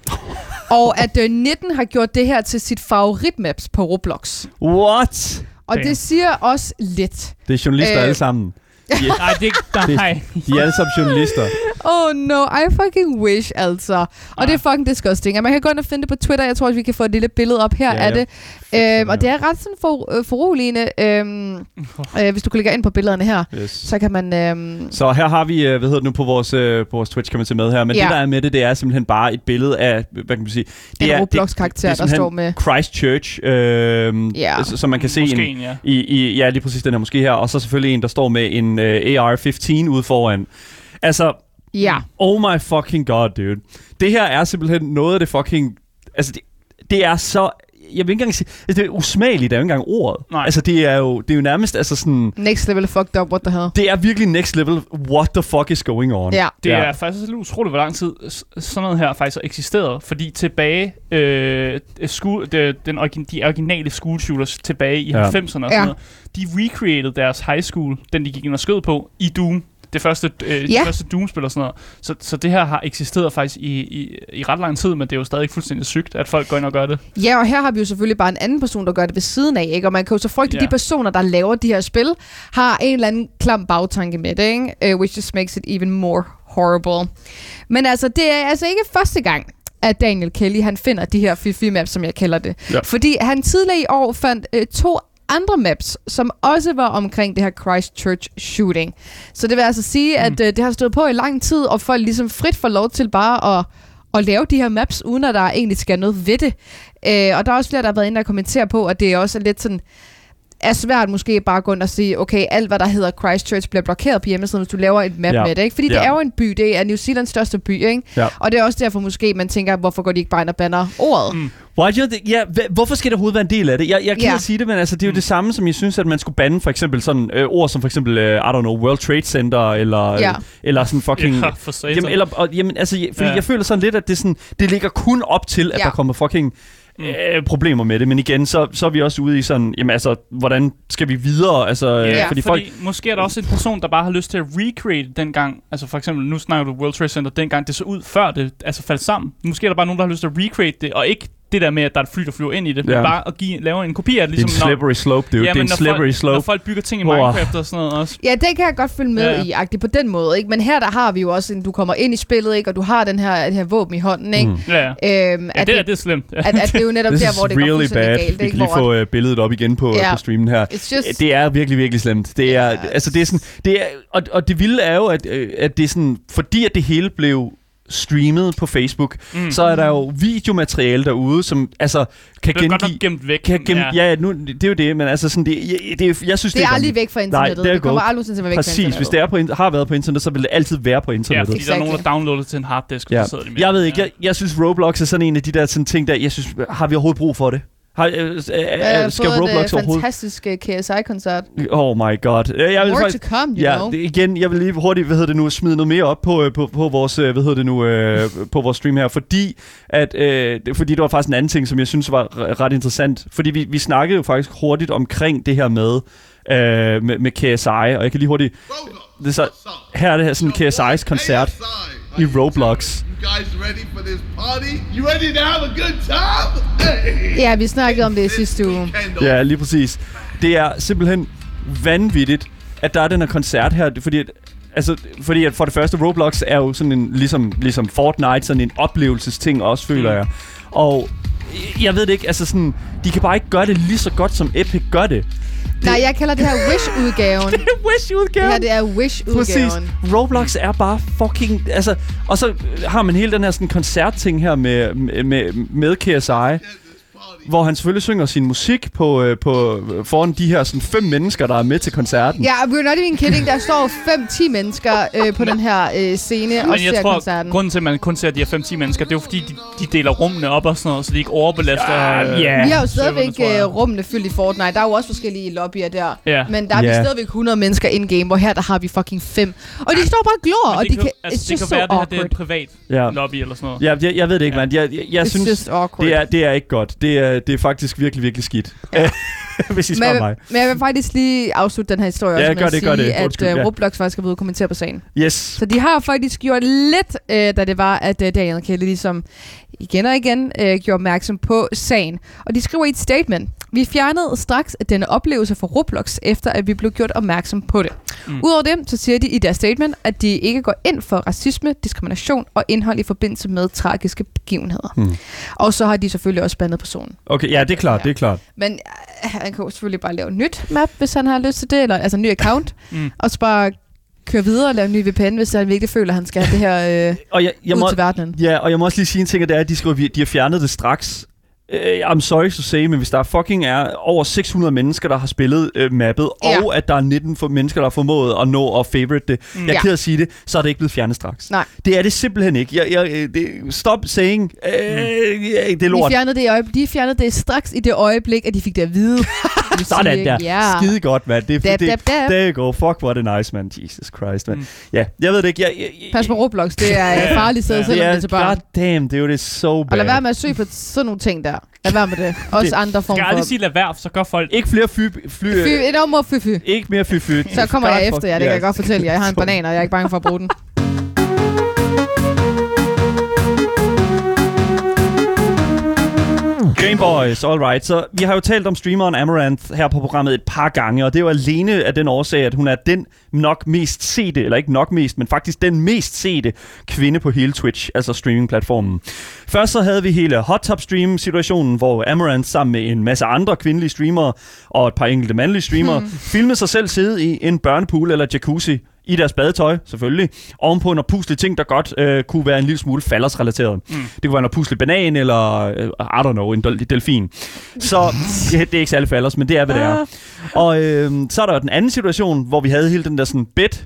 Og at øh, nitten har gjort det her til sit favoritmaps på Roblox. What? Og Damn. det siger også lidt. Det er journalister Øh. alle sammen. De er, Nej, det er nej. de er alle sammen journalister. Oh no, I fucking wish, altså. Og ah. det er fucking disgusting. Man kan gå ind og finde det på Twitter. Jeg tror også, vi kan få et lille billede op her ja, af ja. det. Øhm, og det er ret sådan for, øh, foruroligende. Øhm, øh, hvis du klikker ind på billederne her, Yes. så kan man... Øhm, Så her har vi, hvad hedder det nu, på vores, øh, på vores Twitch, kan man se med her. Men Ja. det, der er med det, det er simpelthen bare et billede af, hvad kan man sige... Det en er, Roblox-karakter, det, det er der står med... Christchurch, øh, Ja. som man kan se Måske en, en, ja. i, i, ja, lige præcis den her måske her. Og så selvfølgelig en, der står med en øh, A R femten ude foran. Altså, Ja. oh my fucking god, dude. Det her er simpelthen noget af det fucking... Altså, det, det er så... Jeg vil ikke engang sige... Altså, det er usmageligt, det er jo ikke engang ordet. Nej. Altså, det er jo, det er jo nærmest altså sådan... Next level fucked up, what the hell. Det er virkelig next level. What the fuck is going on? Ja. Det Ja. er faktisk lidt utroligt, hvor lang tid s- sådan noget her faktisk har eksisteret. Fordi tilbage, øh, school, de, den origin, de originale school shooters tilbage i Ja. halvfemserne og sådan Ja. noget, de recreated deres high school, den de gik ind og skød på, i Doom. Det første, øh, Ja. de første Doom-spil og sådan noget. Så, så det her har eksisteret faktisk i, i, i ret lang tid, men det er jo stadig fuldstændig sygt, at folk går ind og gør det. Ja, og her har vi jo selvfølgelig bare en anden person, der gør det ved siden af, ikke? Og man kan jo så frygte, at Ja. de personer, der laver de her spil, har en eller anden klam bagtanke med det, ikke? Uh, which just makes it even more horrible. Men altså, det er altså ikke første gang, at Daniel Kelly, han finder de her fifi maps, som jeg kalder det. Ja. Fordi han tidligere i år fandt uh, to andre maps, som også var omkring det her Christchurch shooting. Så det vil altså sige, mm. at uh, det har stået på i lang tid, og folk ligesom frit får lov til bare at, at lave de her maps, uden at der egentlig skal noget ved det. Uh, og der er også flere, der har været inde og kommentere på, at det også er lidt sådan... er svært måske bare at gå ind og sige, okay, alt hvad der hedder Christchurch bliver blokeret på hjemmesiden, hvis du laver et map Ja. med det, ikke? Fordi Ja. det er jo en by, det er New Zealands største by, ikke? Ja. Og det er også derfor måske, man tænker, hvorfor går de ikke bare ind og banner ordet? Mm. Why do you think, ja, hva- hvorfor skal det overhovedet være en del af det? Jeg, jeg kan Ja. ikke sige det, men altså, det er jo Mm. det samme, som jeg synes, at man skulle bande for eksempel sådan øh, ord som for eksempel, øh, I don't know, World Trade Center, eller, Ja. øh, eller sådan fucking... Ja, for satan. Jamen, eller, og, jamen, altså, jeg- fordi Ja. jeg føler sådan lidt, at det, sådan, det ligger kun op til, at Ja. der kommer fucking øh, problemer med det. Men igen, så, så er vi også ude i sådan, jamen altså, hvordan skal vi videre? Altså, Ja, øh, fordi, fordi fordi folk... måske er der også en person, der bare har lyst til at recreate den gang. Altså for eksempel, nu snakker du World Trade Center, dengang det så ud, før det altså faldt sammen. Måske er der bare nogen, der har lyst til at recreate det, og ikke det der med, at der er et fly, der flyver ind i det, men Ja. bare at give, lave en kopi af det. Det er Ligesom, en slippery slope, dude. ja, det er men en når slippery folk, slope. Når folk bygger ting i Hvor- Minecraft og sådan noget også. Ja, det kan jeg godt følge med Ja. i, agtigt på den måde, ikke? Men her der har vi jo også, en, du kommer ind i spillet, ikke? Og du har den her, det her våben i hånden, ikke? Mm. Ja, ja. Øhm, ja at, det, er, det, det er slemt. Ja. at, at det er jo netop This der, is hvor det går really fuldstændig bad. galt, Vi ikke? kan lige Hvor- få uh, billedet op igen på, Ja. på streamen her. It's just... Det er virkelig, virkelig slemt. Det er, Yes. altså, det er sådan, det er, og, og det vilde er jo, at, øh, at det er sådan, fordi at det hele blev streamet på Facebook, Mm. så er der jo videomateriale derude, som altså kan Det er godt nok gengive... gemt væk. Kan gemme, ja, ja nu, det er jo det, men altså sådan, det, det, det jeg synes, Det er aldrig vanvittigt. væk fra internettet. Nej, det er det kommer godt. aldrig til at være væk fra Præcis, internettet. hvis det er på, in- har været på internet, så vil det altid være på Ja, internettet. fordi der er nogen, der Exactly. downloader det til en harddisk, og Ja. så sidder de med Jeg det. ved ikke, jeg, jeg synes Roblox er sådan en af de der sådan ting, der jeg synes, har vi overhovedet brug for det? Har, øh, øh, øh, Jeg skal har fået Roblox et overhovedet? fantastisk uh, K S I-koncert. Oh my god. Jeg, jeg vil More faktisk, to come, you ja, know. det, igen, jeg vil lige hurtigt, hvad hedder det nu, smide noget mere op på, øh, på, på vores, øh, hvad hedder det nu, øh, på vores stream her, fordi at, øh, det, fordi det var faktisk en anden ting, som jeg synes var r- ret interessant, fordi vi, vi snakkede jo faktisk hurtigt omkring det her med, øh, med, med K S I, og jeg kan lige hurtigt, det er så, her er det her sådan K S I's koncert i Roblox. You guys ready for this party? You ready to have a good time? Hey! Ja, vi snakkede om det i sidste uge. Ja, lige præcis. Det er simpelthen vanvittigt, at der er den her koncert her, fordi at, altså, fordi at for det første, Roblox er jo sådan en, ligesom, ligesom Fortnite, sådan en oplevelsesting også, føler jeg. Og jeg ved det ikke, altså sådan, de kan bare ikke gøre det lige så godt, som Epic gør det. Nej, jeg kalder det her Wish-udgaven. Wish-udgaven. Det her, det er Wish-udgaven. Præcis. Roblox er bare fucking... Altså, og så har man hele den her sådan koncertting her med, med, med K S I. hvor han selvfølgelig synger sin musik på, øh, på foran de her sådan fem mennesker, der er med til koncerten. Ja, we're not even kidding. Der står fem til ti mennesker øh, på den her øh, scene og Men ser jeg tror, koncerten. grunden til, at man kun ser de her fem til ti mennesker, det er jo fordi, de, de deler rummene op og sådan noget, så de ikke overbelaster. Ja, øh, yeah. Vi har jo serverne, stadigvæk tror jeg. øh, rummene fyldt i Fortnite. Der er jo også forskellige lobbyer der. Ja. Men der er Ja. yeah. stadigvæk hundrede mennesker in-game, hvor her der har vi fucking fem. Og de står bare og glor, og det de kan, kan... altså, It's det just kan so være, det her det er awkward. en privat Ja. lobby eller sådan noget. Ja, jeg, jeg ved det ikke, Ja. mand. Jeg, jeg, jeg It's synes, just awkward. det er, det er ikke godt. Det er, det er faktisk virkelig, virkelig skidt. Ja. Hvis I Men spørger jeg, mig. vil, men jeg vil faktisk lige afslutte den her historie Ja, også med gør at det, gør sige, det. at Undskyld, uh, ja. Roblox faktisk har været ude og kommentere på sagen. Yes. Så de har faktisk gjort lidt, øh, da det var, at øh, Daniel Kelly ligesom igen og igen øh, gjorde opmærksom på sagen. Og de skriver i et statement: vi fjernede straks denne oplevelse fra Roblox, efter at vi blev gjort opmærksom på det. Mm. Udover det, så siger de i deres statement, at de ikke går ind for racisme, diskrimination og indhold i forbindelse med tragiske begivenheder. Mm. Og så har de selvfølgelig også bandet personen. Okay, ja, det er klart, Ja. det er klart. Men øh, han kan jo selvfølgelig bare lave et nyt map, hvis han har lyst til det, eller altså en ny account, Mm. og så bare køre videre og lave en ny V P N, hvis han virkelig føler, at han skal have det her øh, Og jeg, jeg ud må, til verdenen. ja, og jeg må også lige sige en ting, og det er, at de skriver, at de har fjernet det straks. Uh, I'm sorry to say, men hvis der fucking er over seks hundrede mennesker, der har spillet uh, mappet, Ja. og at der er nitten for mennesker, der har formået at nå at favorite det, mm. jeg er Ja. ked af at sige det, så er det ikke blevet fjernet straks. Nej. Det er det simpelthen ikke. Jeg, jeg, det, stop saying, uh, mm. det er De lort. fjernede det, i øjeblik, de fjernede det straks i det øjeblik, at de fik det at vide. Sådan der. Ja. Skide godt, mand. Det, Dab, det, dab, dab. there you go. Fuck, what a nice, man. Jesus Christ, man. Mm. Ja, jeg ved det ikke. Jeg, jeg, jeg, Pas på Roblox, det er et farligt sted, det selvom det er, er til børn. god damn, det er jo det so bad. Og lad være med at søge på sådan nogle ting der. Lad være med det. Også Det- andre Jeg former kan for... aldrig sige lad være, så gør folk. Ikke flere fly... fly Fy, et område fy, fy. ikke mere fy, fy. Så kommer jeg efter jer, det kan jeg godt fortælle jer. Jeg har en banan, og jeg er ikke bange for at bruge den. Gameboys, alright. Så vi har jo talt om streameren Amaranth her på programmet et par gange, og det er jo alene af den årsag, at hun er den nok mest sete, eller ikke nok mest, men faktisk den mest sete kvinde på hele Twitch, altså streamingplatformen. Først så havde vi hele Hot Tub Stream-situationen, hvor Amaranth sammen med en masse andre kvindelige streamere og et par enkelte mandlige streamere hmm. filmede sig selv sidde i en børnepool eller jacuzzi i deres badetøj, selvfølgelig, ovenpå en oppuslig ting, der godt øh, kunne være en lille smule faldersrelateret. Mm. Det kunne være en oppuslig banan, eller, øh, I don't know, en del- delfin. Så ja, det er ikke særlig falders, men det er, hvad det er. Og øh, så er der jo den anden situation, hvor vi havde hele den der sådan bed,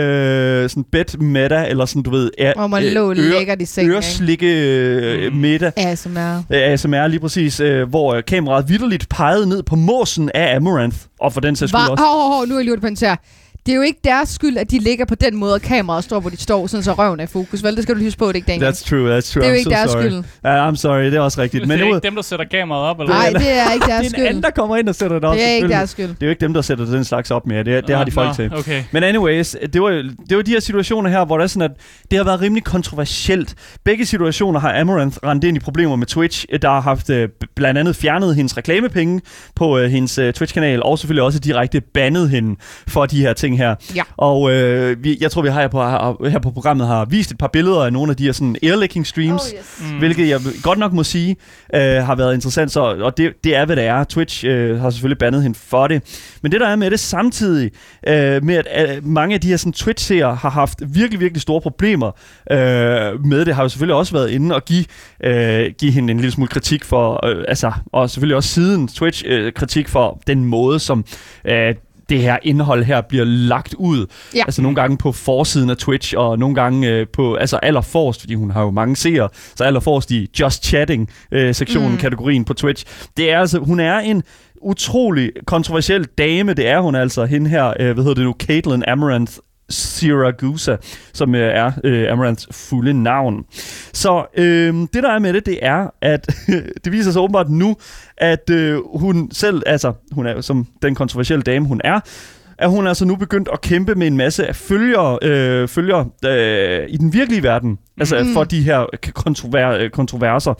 øh, sådan bed meta, eller sådan, du ved, er, Hvor man lå lækkert i sengen, ikke? øreslikke øh, meta. A S M R. A S M R lige præcis, øh, hvor øh, kameraet vitterligt pegede ned på måsen af Amaranth, og for den sags skyld Var, også. hov, hov, hov, nu er jeg lige ude på en tær. Det er jo ikke deres skyld, at de ligger på den måde, og kameraet står, hvor de står, sådan så røven er i fokus. Vel, det skal du huske på, det er ikke Daniel. That's true, that's true. Det er jo I'm ikke so deres sorry. skyld. Ja, I'm sorry, det er også rigtigt. Det Men er nu, ikke dem, der sætter kameraet op, eller Nej, hvad? det er ikke deres det er en skyld. anden, der kommer ind og sætter det op. Det er ikke selvfølgelig. deres skyld. Det er jo ikke dem, der sætter den slags op mere. Det, det har de folk til. Okay. Men anyways, det var, det var de her situationer her, hvor det er sådan, at det har været rimelig kontroversielt. Begge situationer har Amaranth rendt ind i problemer med Twitch, der har haft øh, blandt andet fjernet hendes reklamepenge på øh, hendes øh, Twitch-kanal, og selvfølgelig også direkte bandet hende for de her ting her. Ja. Og øh, vi, jeg tror, vi har her på, her på programmet har vist et par billeder af nogle af de her sådan earlicking streams, Oh, yes. Mm. hvilket jeg godt nok må sige øh, har været interessant, så, og det, det er, hvad det er. Twitch øh, har selvfølgelig bandet hende for det. Men det, der er med det samtidig, øh, med at øh, mange af de her sådan, Twitch-seere har haft virkelig, virkelig store problemer øh, med det, har jo selvfølgelig også været inde og give, øh, give hende en lille smule kritik for, øh, altså, og selvfølgelig også siden Twitch øh, kritik for den måde, som øh, det her indhold her bliver lagt ud. Ja. Altså nogle gange på forsiden af Twitch, og nogle gange øh, på, altså allerforrest, fordi hun har jo mange seere, så allerforrest i Just Chatting-sektionen, Mm. kategorien på Twitch. Det er altså, hun er en utrolig kontroversiel dame, det er hun altså, hende her, øh, hvad hedder det nu, Caitlyn Amaranth Siragusa, som øh, er øh, Amaranths fulde navn. Så øh, det, der er med det, det er, at det viser sig åbenbart nu, at øh, hun selv, altså hun er som den kontroversielle dame, hun er, at hun altså nu begyndt at kæmpe med en masse af følgere, øh, følgere øh, i den virkelige verden, altså Mm. for de her kontrover- kontroverser.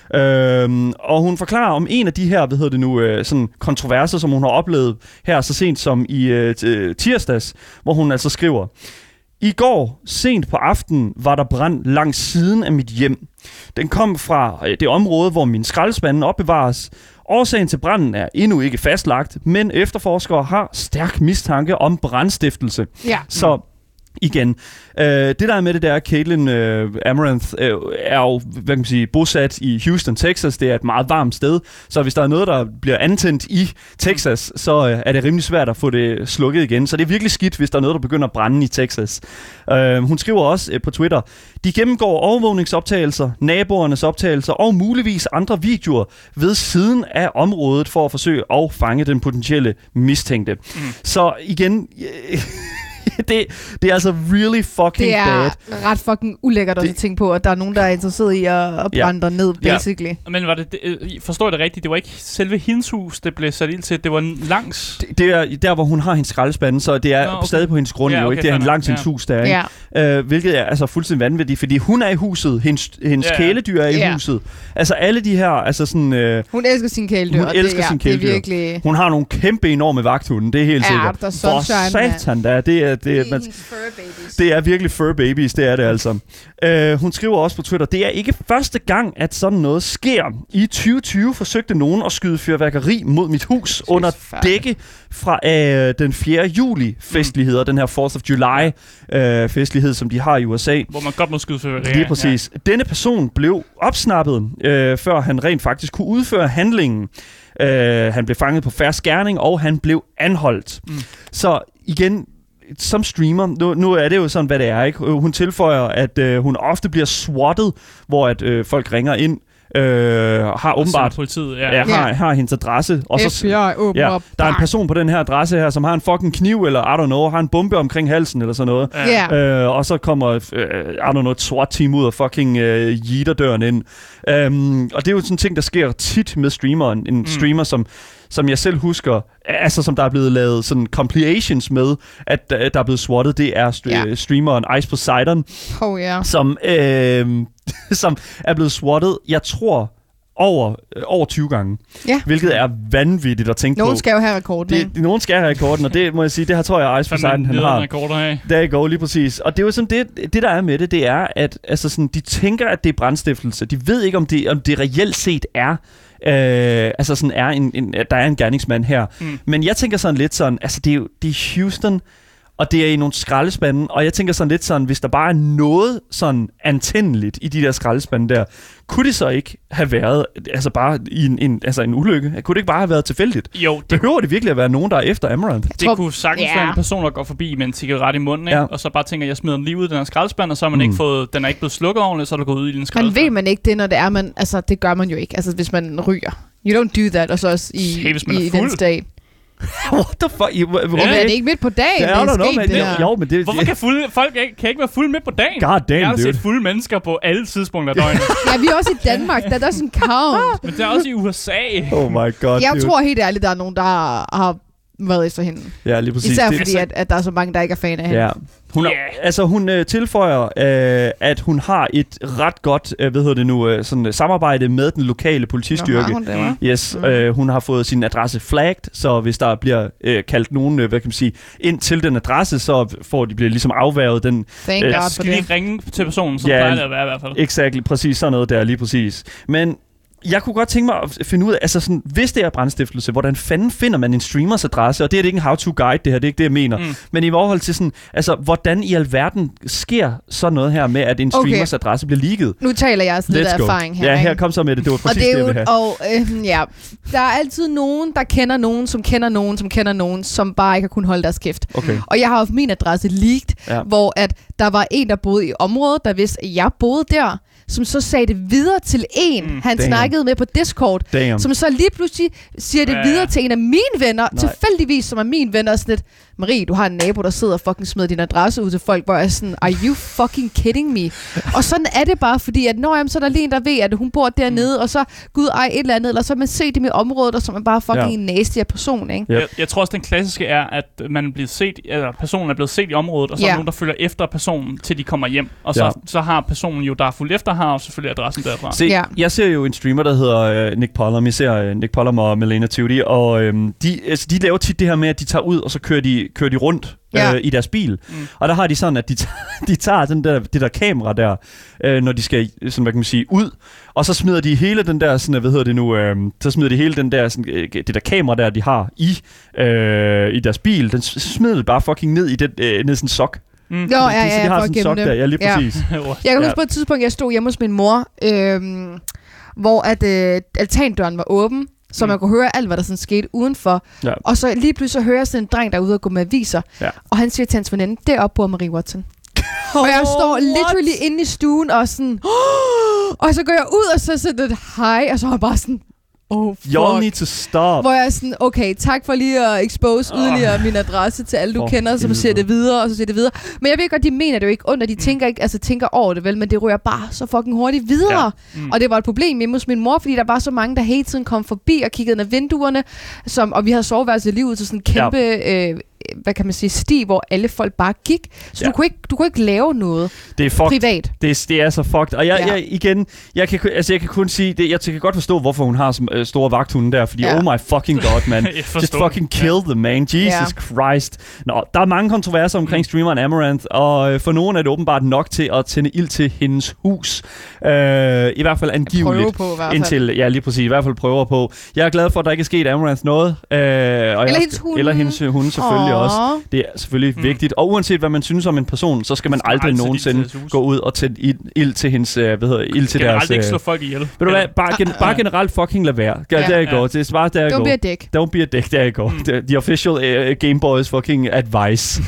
Øhm, og hun forklarer om en af de her, hvad hedder det nu, øh, sådan kontroverser, som hun har oplevet her så sent som i øh, t- tirsdags, hvor hun altså skriver: I går, sent på aftenen, var der brand langs siden af mit hjem. Den kom fra øh, det område, hvor min skraldespanden opbevares. Årsagen til branden er endnu ikke fastlagt, men efterforskere har stærk mistanke om brandstiftelse. Ja. Så igen. Øh, det der er med det, der er, Caitlyn øh, Amaranth øh, er jo, hvad kan man sige, bosat i Houston, Texas. Det er et meget varmt sted, så hvis der er noget, der bliver antændt i Texas, så øh, er det rimelig svært at få det slukket igen. Så det er virkelig skidt, hvis der er noget, der begynder at brænde i Texas. Øh, hun skriver også øh, på Twitter, de gennemgår overvågningsoptagelser, naboernes optagelser og muligvis andre videoer ved siden af området for at forsøge at fange den potentielle mistænkte. Mm. Så igen... Det, det er altså really fucking Det er bad. ret fucking ulækkert at tænke på, at der er nogen, der er interesseret i at, at brænde dig ned, basically. Ja. Men var det, det, forstår jeg det rigtigt? Det var ikke selve hendes hus, det blev sat ild til. Det var langs... Det, det er der, hvor hun har hendes skraldespande, så det er Nå, okay. stadig på hendes grund, ja, jo okay, ikke? Det er fair langs nok. hendes hus, der er, ikke? Ja. Øh, hvilket er altså fuldstændig vanvittigt, fordi hun er i huset, hendes, hendes Ja, ja. kæledyr er i Ja. huset. Altså alle de her, altså sådan... Øh, Hun elsker sin kæledyr. Hun og elsker det, sin ja, kæledyr. Det er virkelig... hun har nogle kæmpe enorme vagthunde, det er helt Ja, sikkert. der er For sunshine, mand. satan da, det er... Det, er, man, fur babies. det er virkelig fur babies, det er det altså. Uh, hun skriver også på Twitter, det er ikke første gang, at sådan noget sker. I tyve tyve forsøgte nogen at skyde fyrværkeri mod mit hus under dække fra uh, den fjerde juli festligheder, mm. den her fourth of July uh, festlighed, som de har i U S A. Hvor man godt må skyde fyrværkeri. Lige præcis. Ja. Denne person blev opsnappet, uh, før han rent faktisk kunne udføre handlingen. Uh, han blev fanget på fersk gerning, og han blev anholdt. Mm. Så igen... Som streamer, nu, nu er det jo sådan, hvad det er, ikke? Hun tilføjer, at øh, hun ofte bliver swattet, hvor at øh, folk ringer ind, øh, har åbenbart politiet, ja. ja. Ja, har, har hendes adresse. Og F B I åbner ja, op. der er en person på den her adresse her, som har en fucking kniv, eller I don't know, har en bombe omkring halsen, eller sådan noget. Ja. Øh, og så kommer, øh, I don't know, et SWAT-team ud og fucking øh, yeeter døren ind. Um, og det er jo sådan en ting, der sker tit med streameren. En mm. streamer, som som jeg selv husker, altså som der er blevet lavet sådan compilations med, at der er blevet swattet, det er st- Ja. streameren Ice Poseidon, Oh, ja. som, øh, som er blevet swattet, jeg tror, over, over tyve gange. Ja. Hvilket er vanvittigt at tænke Nogen på. skal jo have rekorden, ikke? Det, nogen skal have rekorden, og det må jeg sige, det her tror jeg, Ice Poseidon, han har. Rekorder af. Der er go, lige præcis. Og det er jo sådan, det, det der er med det, det er, at altså sådan, de tænker, at det er brandstiftelse. De ved ikke, om det, om det reelt set er Øh, altså sådan er en, en, der er en gerningsmand her. Mm. Men jeg tænker sådan lidt sådan, altså det er jo det er Houston, og det er i nogle skraldespande, og jeg tænker sådan lidt sådan, hvis der bare er noget sådan antændeligt i de der skraldespande der, kunne det så ikke have været, altså bare i en, en, altså en ulykke? Kunne det ikke bare have været tilfældigt? Jo, det, Behøver det virkelig at være nogen, der er efter Amaranth? det tror- kunne sagtens ja. være en person, der går forbi med en cigaret i munden, ikke? Ja. Og så bare tænker, jeg smider den lige ud i den her skraldespand, og så har man Mm. ikke fået, den er ikke blevet slukket ordentligt, så er der gået ud i den Men skraldespand. ved man ikke det, når det er, man, altså det gør man jo ikke, altså hvis man ryger. You don't do that, og så også i, Hey, hvis man er i, i den fuld. stat. What the fuck? I, okay. Ja, er det ikke midt på dagen, Ja, det I don't er know, sket, man. det Det, der? jo, men det... Hvorfor kan fulde, folk ikke, kan ikke være fulde midt på dagen? God damn, jeg har dude. set fulde mennesker på alle tidspunkter af døgnet. Ja, vi er også i Danmark, der er også en count. Men det er også i U S A. Oh my god, Jeg dude. tror helt ærligt, der er nogen, der har, har været efter hende. Ja, lige præcis. Især Det- fordi, at, at der er så mange, der ikke er fan af hende. Ja. Hun, er, Yeah. altså, hun øh, tilføjer, øh, at hun har et ret godt øh, hvad hedder det nu, øh, sådan, øh, samarbejde med den lokale politistyrke. Nå, har hun det, hva'? Yes, Mm. øh, hun har fået sin adresse flagged, så hvis der bliver øh, kaldt nogen, øh, hvad kan man sige, ind til den adresse, så får de bliver ligesom afværget den. Thank Øh, God Så for skal de det. ikke ringe til personen, så Ja. plejer det at være i hvert fald. Exakt, præcis sådan noget der, lige præcis. Men jeg kunne godt tænke mig at finde ud af, altså sådan, hvis det er brandstiftelse, hvordan fanden finder man en streamers adresse? Og det er det ikke en how-to-guide, det her, det er ikke det, jeg mener. Mm. Men i forhold til sådan, altså, hvordan i alverden sker sådan noget her med, at en Okay. streamers adresse bliver leaget? Nu taler jeg sådan lidt Let's af go. erfaring her. Ja, ikke? her kom så med det. Det var Og præcis det det, er jeg jo, ville have. og øh, ja, der er altid nogen, der kender nogen, som kender nogen, som kender nogen, som bare ikke har kunnet holde deres kæft. Okay. Og jeg har haft min adresse leaked, Ja. ja. hvor at der var en, der boede i området, der vidste, at jeg boede der, som så sagde det videre til en, mm, han damn. snakkede med på Discord, Damn. som så lige pludselig siger det Ja. videre til en af mine venner, Nej. tilfældigvis, som er min venner, og sådan lidt, Marie, du har en nabo, der sidder og fucking smider din adresse ud til folk, hvor jeg er sådan, are you fucking kidding me? Og sådan er det bare, fordi at når jamen, så er der lige en, der ved, at hun bor dernede, mm. og så, gud, ej, et eller andet, eller så har man set dem i området, og så er man bare fucking Ja. en nasty person, ikke? Yep. Jeg, jeg tror også, den klassiske er, at man er blevet set, eller personen er blevet set i området, og så er Ja. der nogen, der følger efter personen, til de kommer hjem. Og så, Ja. så har personen jo, der er fuldt efter, har jo selvfølgelig adressen derfra. Se, Ja. jeg ser jo en streamer, der hedder øh, Nick Pollum. Jeg ser øh, Nick Pollum og Melena Tudy, og øh, de, altså, de laver tit det her med, at de tager ud, og så kører de, kører de rundt Ja. øh, i deres bil. Mm. Og der har de sådan, at de, tager, de tager den der, det der kamera der, øh, når de skal, sådan, hvad kan man sige, ud, og så smider de hele den der, sådan, hvad hedder det nu, øh, så smider de hele den der, sådan, øh, det der kamera der, de har i, øh, i deres bil, den s- smider det bare fucking ned i, den, øh, ned i sådan en sok. Mm. Nå, De- ja, de- ja, så de ja, har for sådan at en sok gemme der. dem. Ja, lige Ja. præcis. Jeg kan huske Ja. på et tidspunkt, jeg stod hjemme hos min mor, øhm, hvor at, øh, altandøren var åben, så Mm. man kunne høre alt, hvad der sådan skete udenfor. Ja. Og så lige pludselig så hører jeg sådan en dreng, der er ude og gå med aviser, Ja. og han siger til hans veninde, deroppe bor Marie Watson. Og jeg står literally inde i stuen og sådan, og så går jeg ud og så sådan et hej, og så er jeg bare sådan, oh fuck. Y'all need to stop. Hvor jeg er sådan, okay, tak for lige at expose yderligere min adresse til alle, du For kender, som siger det videre, og så siger det videre. Men jeg ved godt, de mener det jo ikke ondt, og de tænker ikke, altså tænker over det vel, men det ryger bare så fucking hurtigt videre. Ja. Mm. Og det var et problem hjemme hos min mor, fordi der var så mange, der hele tiden kom forbi og kiggede ned ad vinduerne, som, og vi havde soveværelse lige ud til sådan en kæmpe, ja. øh, hvad kan man sige, sti, hvor alle folk bare gik. Så Ja. du, kunne ikke, du kunne ikke lave noget Det er fucked. privat. Det er, det er så fucked. Og jeg, Ja. jeg igen, jeg kan, altså jeg kan kun sige, det, jeg kan godt forstå, hvorfor hun har så øh, store vagthunde der, fordi Ja. oh my fucking god, man. Jeg forstår Just det. fucking kill them, man. Jesus Ja. Christ. Nå, der er mange kontroverser omkring Mm. streameren Amaranth, og øh, for nogen er det åbenbart nok til at tænde ild til hendes hus. Øh, I hvert fald angiveligt. Prøve på i hvert fald. Indtil, ja, lige præcis. I hvert fald prøver på. Jeg er glad for, at der ikke er sket Amaranth noget. Øh, og eller hendes hunde. Eller hendes hunde selvfølgelig Åh. også. Det er selvfølgelig mm. vigtigt. Og uanset hvad man synes om en person, så skal man Skal aldrig aldrig sætte ild nogensinde til deres hus. gå ud og tænde ild, ild til hendes, øh, hvad hedder, ild til Generelt deres... ikke øh, slå folk ihjel. Ved du hvad, bare, gen, bare generelt fucking lad være. Ja, Ja. der er Ja. go. Det er bare der Don't go. be a dick. Don't be a dick, there you go. Mm. The, the official uh, Game Boys fucking advice.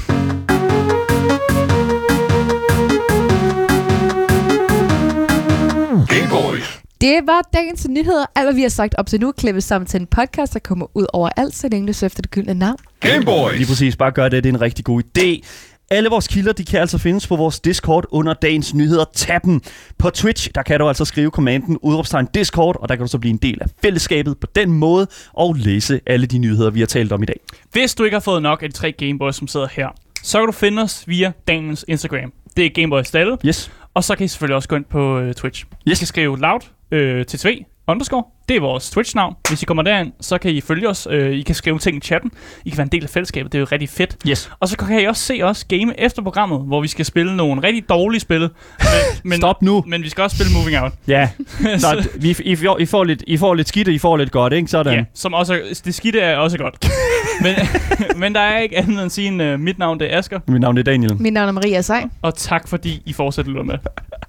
Game Boys. Det var dagens nyheder. Alt, hvad vi har sagt op til nu, klippet sammen til en podcast, der kommer ud over alt, så længe du søger efter det gyldne navn. Game Boys. Lige præcis, bare gør det. Det er en rigtig god idé. Alle vores kilder, de kan altså findes på vores Discord under dagens nyheder. Tag dem. På Twitch, der kan du altså skrive kommanden udråbstegn Discord, og der kan du så blive en del af fællesskabet på den måde og læse alle de nyheder, vi har talt om i dag. Hvis du ikke har fået nok af de tre Gameboys, som sidder her, så kan du finde os via Daniels Instagram. Det er Gameboys Stalle. Yes. Og så kan I selvfølgelig også gå ind på øh, Twitch. I Yes. skal skrive loud øh, T T V underscore. Det er vores Twitch-navn. Hvis I kommer derind, så kan I følge os. Øh, I kan skrive ting i chatten. I kan være en del af fællesskabet. Det er jo rigtig fedt. Yes. Og så kan I også se os game efter programmet, hvor vi skal spille nogle rigtig dårlige spil. Men, men, Stop nu. Men vi skal også spille Moving Out. Ja. Så, vi, I, får, I, får lidt, I får lidt skidt, og I får lidt godt, ikke? Sådan. Ja, som også er, det skidte er også godt. men, men der er ikke andet end at sige, uh, mit navn det er Asger. Mit navn er Daniel. Mit navn er Maria Sej. Og tak fordi I fortsætter at lytte med.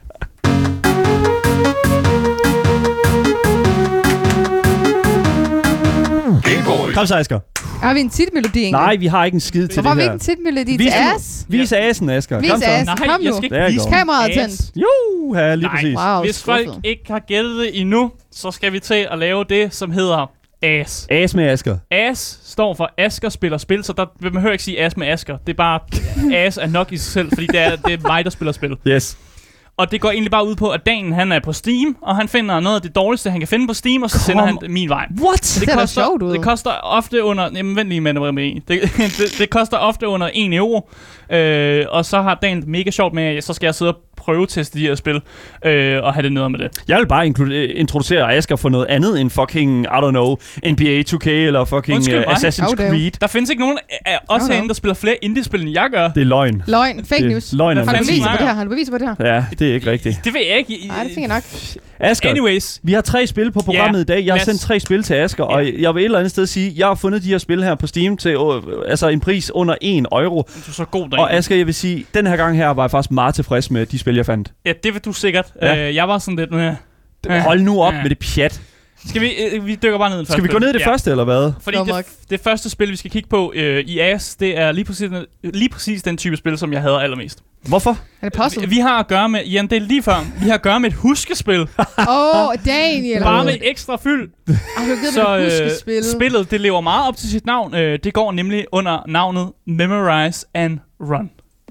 Game Boys. Kom så, Asger. Har vi en titelmelodi egentlig? Nej, vi har ikke en skid til Hvorfor har det vi her. ikke en titelmelodi Vis til nu. ass? Vis asen, Asger. Vis Kom så. assen. Nej, kom jeg nu. skal ikke Der er vise godt. Kameraet er ass. tændt. Jo, her lige Nej. præcis. Wow, Hvis folk skuffet. ikke har gættet det endnu, så skal vi til at lave det, som hedder As. As med Asger. As står for Asger spiller spil, så der vil man hører ikke sige As med Asger. Det er bare, As er nok i sig selv, fordi det er, det er mig, der spiller spil. Yes. Og det går egentlig bare ud på, at Daniel han er på Steam, og han finder noget af det dårligste, han kan finde på Steam, og så sender han det min vej. What? Det ser da sjovt ud. det koster ofte under... Jamen, vent lige med det, med det, det, det koster ofte under en euro, øh, og så har Daniel det mega sjovt med, at så skal jeg sidde og prøveteste de her spil, øh, og have det noget med det. Jeg vil bare inklu- introducere Asger for noget andet end fucking, I don't know, N B A to K eller fucking Undskyld uh, mig. Assassin's Oh, damn. Creed. Der findes ikke nogen af os Nå, nå. herinde, der spiller flere indie-spil, end jeg gør. Det er løgn. Løgn. Fake Det er news. løgn og Hvad Har du fanden latin. beviser på snakker det her? Har du beviser på det her? Ja, det er ikke rigtigt. Det ved jeg ikke. Nej, det fik jeg nok. Asger, Anyways. vi har tre spil på programmet Ja, i dag. Jeg har lad os- sendt tre spil til Asger, Ja. og jeg vil et eller andet sted sige, jeg har fundet de her spil her på Steam til øh, altså en pris under en euro. Du er så god, Og Daniel. Asger, jeg vil sige, den her gang her var jeg faktisk meget tilfreds med de spil, jeg fandt. Ja, det vil du sikkert. Ja. Øh, jeg var sådan lidt... Øh, øh, Hold nu op Ja. med det pjat. Skal vi... Øh, vi dykker bare ned i det Skal vi første gå ned i spil. det første, eller hvad? Fordi Godt det, nok. det første spil, vi skal kigge på øh, i A S, det er lige præcis, lige præcis den type spil, som jeg hader allermest. Hvorfor? Er det puzzle? Vi, vi har at gøre med... Jamen, det er lige før. Vi har at gøre med et huskespil. Åh, oh, Daniel. Bare med ekstra fyld. Har du givet Så mig et øh, huskespil? spillet, det lever meget op til sit navn. Øh, det går nemlig under navnet Memorize and Run.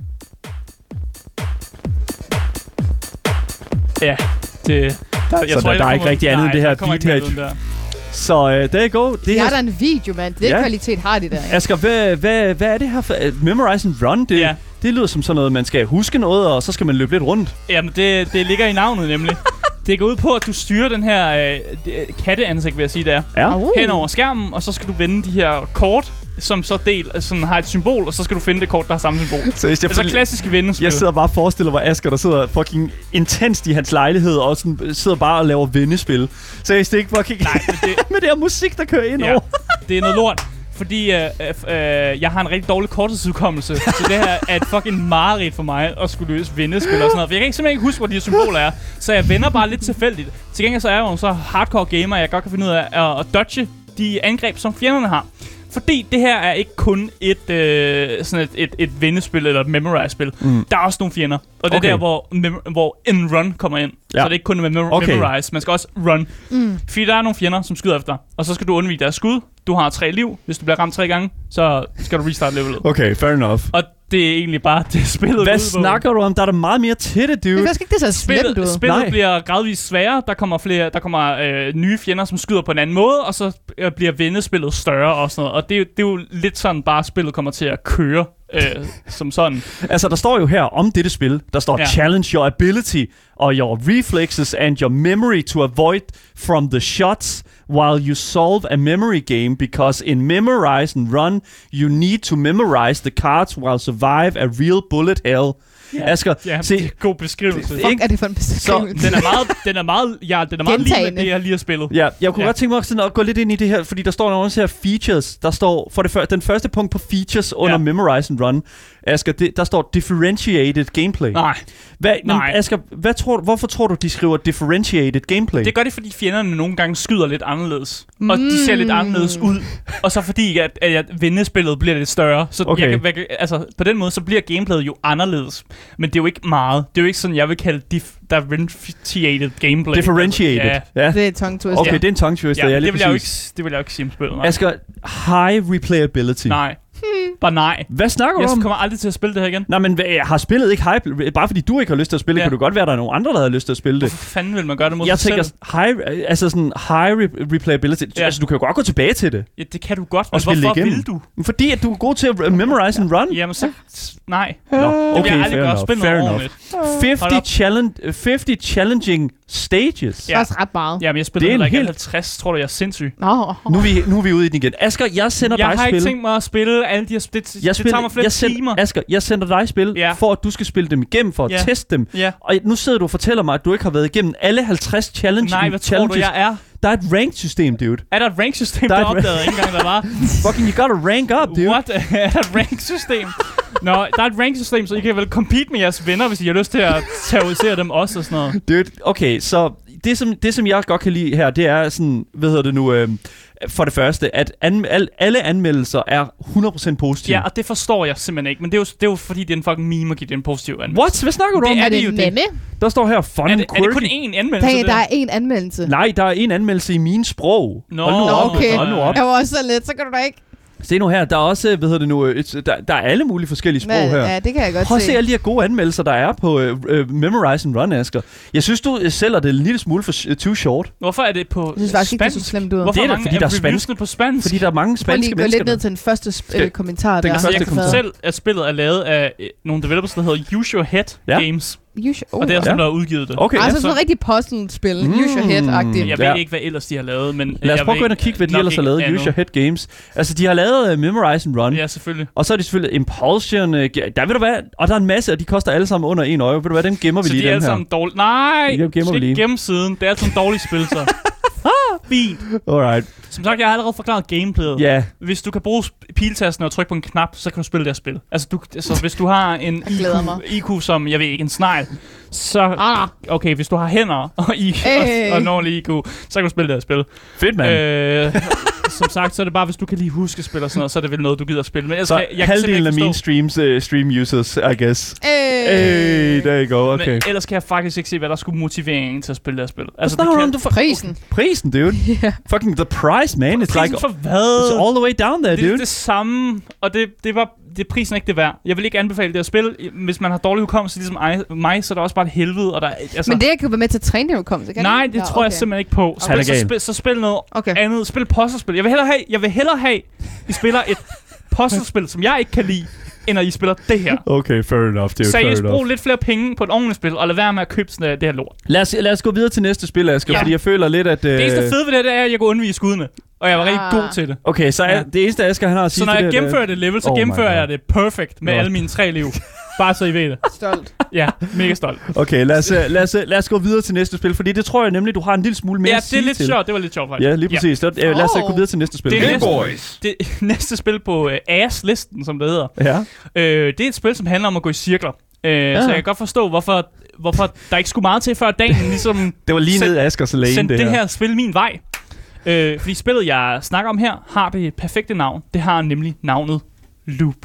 Ja, det... Der, jeg Så der- der er ikke rigtig andet end det her kommer ikke beat mere her. uden der. Så uh, there you go. Det Det her er der en video, mand. Det er Ja. kvalitet har de der. ikke? Asger, hvad, hvad, hvad er det her for? Uh, Memorize and Run, det, Ja. det lyder som sådan noget, man skal huske noget, og så skal man løbe lidt rundt. Jamen, det, det ligger i navnet nemlig. Det går ud på, at du styrer den her øh, det- katteansigt, vil jeg sige, der. Ja. Uh. Hen over skærmen, og så skal du vende de her kort, som så del, sådan har et symbol, og så skal du finde det kort, der har samme symbol. Så hvis jeg, Altså klassiske vendespil. jeg sidder bare og forestiller mig Asger, der sidder fucking intenst i hans lejlighed, og sådan, sidder bare og laver vendespil. Så jeg ikke fucking Nej, men det, med det her musik, der kører ind ja, over. det er noget lort. Fordi øh, øh, jeg har en rigtig dårlig korttidsudkommelse, så det her er et fucking mareridt for mig at skulle løse vindespil og sådan noget. For jeg kan ikke simpelthen ikke huske, hvor de her symboler er, så jeg vender bare lidt tilfældigt. Til gengæld så er jeg jo så hardcore gamer, jeg godt kan finde ud af at, at dodge de angreb, som fjenderne har. Fordi det her er ikke kun et, øh, sådan et, et, et vindespil eller et memorize-spil. Mm. Der er også nogle fjender. Og det er okay. der, hvor, mem- hvor en run kommer ind. Ja. Så det er ikke kun med mem- okay. memorize, man skal også run. Mm. Fordi der er nogle fjender, som skyder efter. Og så skal du undvige deres skud. Du har tre liv. Hvis du bliver ramt tre gange, så skal du restart levelet. Okay, fair enough. Og det er egentlig bare det spillet. Hvad snakker du om? Der er der meget mere til det, dude. Jeg skal ikke, det så Spillet, ud. spillet Nej. bliver gradvist sværere. Der kommer flere, der kommer øh, nye fjender, som skyder på en anden måde, og så øh, bliver vindespillet større og sådan noget. Og det, er jo- det er jo lidt sådan, bare spillet kommer til at køre øh, som sådan. Altså, der står jo her om dette spil, der står Ja. challenge your ability or your reflexes and your memory to avoid from the shots while you solve a memory game, because in memorize and run, you need to memorize the cards while survive a real bullet hell. Yeah. Asger, Ja, se, det er god beskrivelse. Det- Fuck, ikke? er det for en beskrivelse? Den er meget, den er meget, ja, den er meget lige med Gentagende. det, jeg lige har spillet. ja, jeg kunne Ja. godt tænke mig sådan at gå lidt ind i det her, fordi der står der også her features. Der står for det før, den første punkt på features under Ja. memorize and run. Asger, det, der står differentiated gameplay. Nej, Hvad, men, nej. Asger, hvad tror, du- hvorfor tror du, de skriver differentiated gameplay? det gør det, fordi fjenderne nogle gange skyder lidt anderledes. Mm. Og de ser lidt anderledes ud. Og så fordi, at, at vindespillet bliver lidt større. Så Okay. jeg kan, jeg kan, altså, på den måde, så bliver gameplayet jo anderledes. Men det er jo ikke meget. Det er jo ikke sådan, jeg vil kalde dif- differentiated gameplay. Differentiated. Ja. Ja. Det er tongue twister. Okay, Ja. det er en tongue twister, Ja, ja, lige det, vil jeg jo ikke, præcis. det vil jeg jo ikke sige om spillet. Nej. Asger, high replayability. nej. Bare nej. Hvad snakker Jeg du om? kommer aldrig til at spille det her igen. Nej, men hvad, har spillet ikke high... Bare fordi du ikke har lyst til at spille det, Ja. kan det godt være, at der er nogle andre, der har lyst til at spille det. Hvorfor fanden vil man gøre det mod Jeg sig tænker, selv? high, altså sådan high re- replayability. Ja. Altså, du kan jo godt gå tilbage til det. Ja, det kan du godt, Og men spille hvorfor det igennem. vil du? Men fordi at du er god til at memorize and run. Jamen så... Nej. Nå, Det vil jeg okay, aldrig fair gøre. enough. Spil Fair noget enough. ordentligt. Hold halvtreds, op. challenge, halvtreds challenging stages. Det er også ret meget. Jamen, jeg Det spiller er en heller ikke helt- halvtreds. Tror du, jeg er sindssyg? Nå. Nu er, vi, nu er vi ude i den igen. Asger, jeg sender Jeg dig har ikke spil. tænkt mig at spille alle de her... Det, det, Jeg det tager mig flere jeg sender, timer. Asger, jeg sender dig spil, Ja. for at du skal spille dem igennem, for at Ja. teste dem. Ja. Og nu sidder du og fortæller mig, at du ikke har været igennem alle halvtreds challenge Nej, hvad tror challenges. du, jeg er? Der er et rank-system, dude. Er der et rank-system, Der er der et- opdagede ikke engang, der var? Fucking, you gotta rank up, dude. What? Er der et rank-system? Nå, der er et rank-system, så I kan vel compete med jeres venner, hvis I har lyst til at terrorisere dem også og sådan noget. Dude, okay, så det som, det, som jeg godt kan lide her, det er sådan, hvad hedder det nu, øh, for det første, at an, al, alle anmeldelser er hundrede procent positive. Ja, og det forstår jeg simpelthen ikke, men det er jo, det er jo fordi, det er en fucking meme at give det en positiv anmeldelse. What? Hvad snakker du Det om? er Er det det jo det. nemme? Der står her, fun Er and det, er det kun quirky. én anmeldelse? Der, det? der er en anmeldelse. Nej, der er en anmeldelse i mine sprog. Nå, hold nu Nå, op, okay. hold nu op. Jeg var også så lidt, så kan du da ikke... Se nu her, der er også, hvad hedder det nu, et, der, der er alle mulige forskellige sprog Hvad, her. ja, det kan jeg godt Prøv at se. se alle de her gode anmeldelser, der er på uh, uh, Memorize and Run, Asger. Jeg synes, du øh, sælger det en lille smule for uh, too short. Hvorfor er det på Jeg synes faktisk ikke, det er spansk? så slemt ud. Hvorfor Det er da, mange fordi der er reviewsene på spansk? Fordi der er mange Prøv lige spanske at gå mennesker. lidt ned til den første sp- øh, kommentar den der. første jeg kan kommentar. fortælle, at spillet er lavet af øh, nogle developers, der hedder Use Your Head Ja. Games. You should, oh, Og det er ja. sådan, der har udgivet det. Okay, altså ja. sådan et rigtig puzzle-spil. Mm. Use your head-agtigt. Jeg ved Ja. ikke, hvad ellers de har lavet, men... Lad os jeg prøve at gå ved ind og kigge, hvad de nok ellers har ikke lavet. andet. Use Your Head Games. Altså, de har lavet uh, Memorize and Run. Ja, selvfølgelig. Og så er de selvfølgelig Impulsion. Uh, der ved du hvad? Og der er en masse, og de koster alle sammen under en euro. Ved du hvad? Dem gemmer vi Så lige de er dem alle her. sammen dårlige. Nej, Dem gemmer du vi skal lige. ikke gemme siden. Det er altid en dårlig spil, så. Fint. Alright. Som sagt, jeg har allerede forklaret gameplayet. Ja. Hvis du kan bruge sp- piltasten og trykke på en knap, så kan du spille det her spil. Altså, du, altså hvis du har en Jeg glæder mig. I Q, I Q som, jeg ved ikke, en snegl, så... Ah. Okay, hvis du har hænder og, I, Hey. og, og en ordentlig I Q, så kan du spille det her spil. Fedt, mand. Øh, som sagt, så er det bare, hvis du kan lige huske spil og sådan noget, så er det vel noget, du gider at spille. Men ellers Så kan, jeg kan halvdelen af simpelthen mine ikke streams, uh, stream users, I guess. Øh. Hey, there you go. forstå, Okay. men ellers kan jeg faktisk ikke se, hvad der skulle motivere en til at spille det her spil. Altså, Hvad snakker du om? kan, Du for- Prisen. Prisen, dude. Ja. Fucking the price, man. It's prisen like... for hvad? It's all the way down there, Det er dude. det samme, og det, det var det er prisen ikke det værd. Jeg vil ikke anbefale det at spille. Hvis man har dårlig hukommelse, ligesom ej- mig, så er det også bare et helvede. Og der, er- altså, Men det kan jo være med til at træne din hukommelse, kan nej, det? det Nå, tror jeg okay. simpelthen ikke på. Han er Spil, så, gal. spil, så spil noget Okay. andet. Spil puzzlespil. Jeg vil hellere have, jeg vil hellere have, I spiller et puzzlespil, som jeg ikke kan lide, end at I spiller det her. Okay, fair enough, dude. Seriøst, brug lidt flere penge på et ordentligt spil, og lad være med at købe sådan, uh, det her lort. Lad os, lad os gå videre til næste spil, Asger, Ja. fordi jeg føler lidt, at... Uh... Det eneste fede ved det, det er, at jeg kunne undvige skuddene. Og jeg var rigtig Ah. god til det. Okay, så er Ja. det eneste, Asger han har at sige Så når til jeg det, gennemfører det level, så Oh my gennemfører God. jeg det perfect med Nå. alle mine tre liv. Bare så I ved det. Stolt. Ja, mega stolt. Okay, lad os, lad, os, lad os gå videre til næste spil, fordi det tror jeg nemlig, du har en lille smule mere Ja, at det sige er lidt til. sjovt. Det var lidt sjovt, faktisk. Ja, lige præcis. Ja. Lad os gå videre til næste spil. Det er Game næste, Boys. Det næste spil på uh, Ass-listen, som det hedder. Ja. Øh, det er et spil, som handler om at gå i cirkler. Øh, ja. Så jeg kan godt forstå, hvorfor, hvorfor der ikke skulle meget til, før dagen ligesom... Det var lige ned af Askers Lane, sendte det det her. her spil min vej. Øh, fordi spillet, jeg snakker om her, har det perfekte navn. Det har nemlig navnet Loop.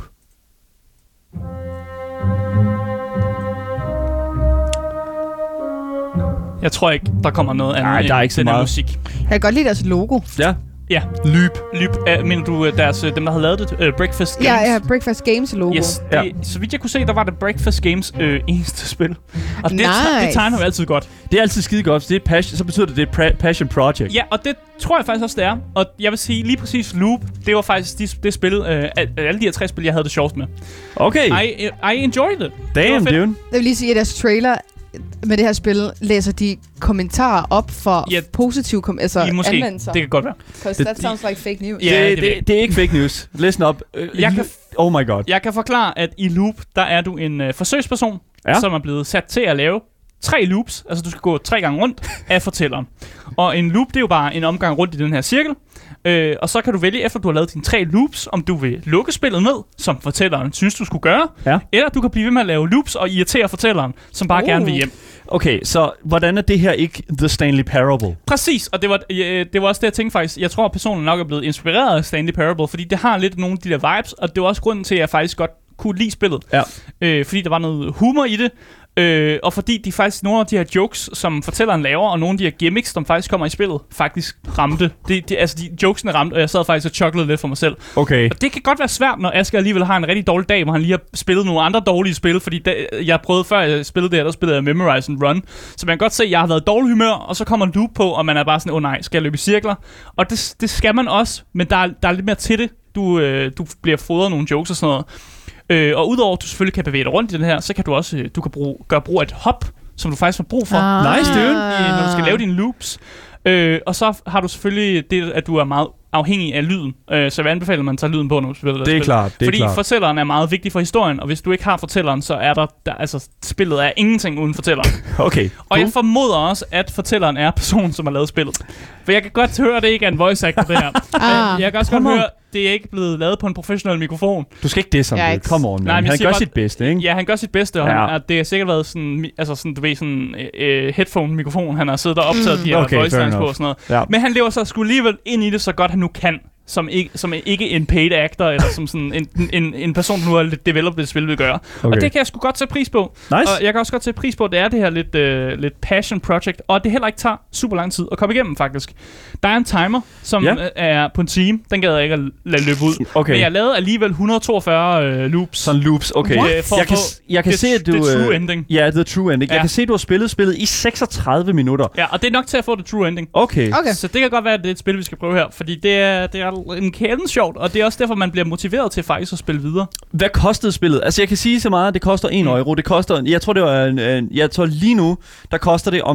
Jeg tror ikke, der kommer noget andet Nej, der er ikke så den her meget. musik. Jeg kan godt lide deres logo. Ja. Ja, Loop. Loop. Uh, mener du uh, deres, uh, dem, der har lavet det? Uh, Breakfast Games? Ja, jeg har Breakfast Games logo. Yes, det, Ja. så vidt jeg kunne se, der var det Breakfast Games øh, eneste spil. Og det, Nice. te- det tegner jo altid godt. Det er altid skide godt. Det er passion, så betyder det, det er pra- Passion Project. Ja, og det tror jeg faktisk også, det er. Og jeg vil sige, lige præcis Loop, det var faktisk de, det spil, øh, af alle de her tre spil, jeg havde det sjovt med. Okay. I, I enjoyed it. Damn, det var dude. Jeg vil lige sige, at deres trailer med det her spil læser de kommentarer op for Ja. positive kom- altså I måske, anvendelser. det kan godt være. Because that sounds like fake news. Ja, det, det ved det, jeg. det er ikke fake news. Listen up. Uh, Jeg kan oh my god. Jeg kan forklare, at i Loop, der er du en øh, forsøgsperson, Ja. ja. som er blevet sat til at lave tre loops. Altså, du skal gå tre gange rundt af fortælleren. Og en loop, det er jo bare en omgang rundt i den her cirkel. Øh, og så kan du vælge, efter du har lavet dine tre loops, om du vil lukke spillet ned, som fortælleren synes, du skulle gøre. Ja. Eller du kan blive ved med at lave loops og irritere fortælleren, som bare Uh. gerne vil hjem. Okay, så hvordan er det her ikke The Stanley Parable? Præcis, og det var, øh, det var også det, jeg tænkte faktisk. Jeg tror, at personen nok er blevet inspireret af Stanley Parable, fordi det har lidt nogle af de der vibes, og det var også grunden til, at jeg faktisk godt kunne lide spillet. Ja. Øh, fordi der var noget humor i det, øh, og fordi de faktisk, nogle af de her jokes, som fortælleren laver, og nogle af de her gimmicks, som faktisk kommer i spillet, faktisk ramte. Det, det, altså, de jokesene ramte, og jeg sad faktisk og chucklede lidt for mig selv. Okay. Og det kan godt være svært, når Asger alligevel har en rigtig dårlig dag, hvor han lige har spillet nogle andre dårlige spil, fordi da, jeg prøvede før jeg spillede det her, der spillede jeg Memorize and Run. Så man kan godt se, at jeg har været i dårlig humør, og så kommer en loop på, og man er bare sådan, åh oh, nej, skal jeg løbe i cirkler? Og det, det skal man også, men der er, der er lidt mere til det. Du, øh, du bliver fodret nogle jokes og sådan noget. Øh, og udover at du selvfølgelig kan bevæge dig rundt i den her, så kan du også øh, du kan bruge, gøre brug af et hop, som du faktisk har brug for. Ah. Nice, dude. I, når du skal lave dine loops. Øh, og så har du selvfølgelig det, at du er meget afhængig af lyden. Øh, så jeg vil anbefale, at man tager lyden på, når du spiller det Det er spil. klart, det er Fordi klart. fortælleren er meget vigtig for historien, og hvis du ikke har fortælleren, så er der, der altså spillet er ingenting uden fortælleren. Okay. Og jeg formoder også, at fortælleren er personen, som har lavet spillet. For jeg kan godt høre, at det ikke er en voice actor, det her. Ah. Jeg kan også Come godt on. høre, at det er ikke blevet lavet på en professionel mikrofon. Du skal ikke det som det. Yikes. Come on, man. Nej, men jeg Han siger gør bare- sit bedste, ikke? Ja, han gør sit bedste, og Ja. ja. han, det har sikkert været sådan, mi- altså sådan, du ved, sådan øh, headphone-mikrofon, han har siddet og optaget mm. de her Okay, voice fair lines på enough. og sådan noget. Ja. Men han lever så sgu alligevel ind i det, så godt han nu kan. Som ikke, som ikke en paid actor, eller som sådan en, en, en person, der nu har lidt developed et spil, vil gøre. Okay. Og det kan jeg sgu godt tage pris på. Nice. Og jeg kan også godt tage pris på, at det er det her lidt, øh, lidt passion project, og at det heller ikke tager super lang tid at komme igennem, faktisk. Der er en timer, som Ja. ja. er på en time. Den gad jeg ikke at lade løbe ud. Okay. Men jeg lavede alligevel et hundrede og toogfyrre øh, loops. Sådan loops, okay. What? Øh, for Jeg at kan, få jeg kan det- se, at du... det true øh, ending. Ja, the true ending. Jeg Ja. kan se, at du har spillet spillet i seksogtredive minutter. Ja, og det er nok til at få det true ending. Okay. Okay. Så det kan godt være, at det er et spil, vi skal prøve her. Fordi det er, det er en kæden sjovt, og det er også derfor, man bliver motiveret til faktisk at spille videre. Hvad kostede spillet? Altså, jeg kan sige så meget, at det koster en euro. Det koster, jeg tror, det var en, en, jeg tror lige nu, der koster det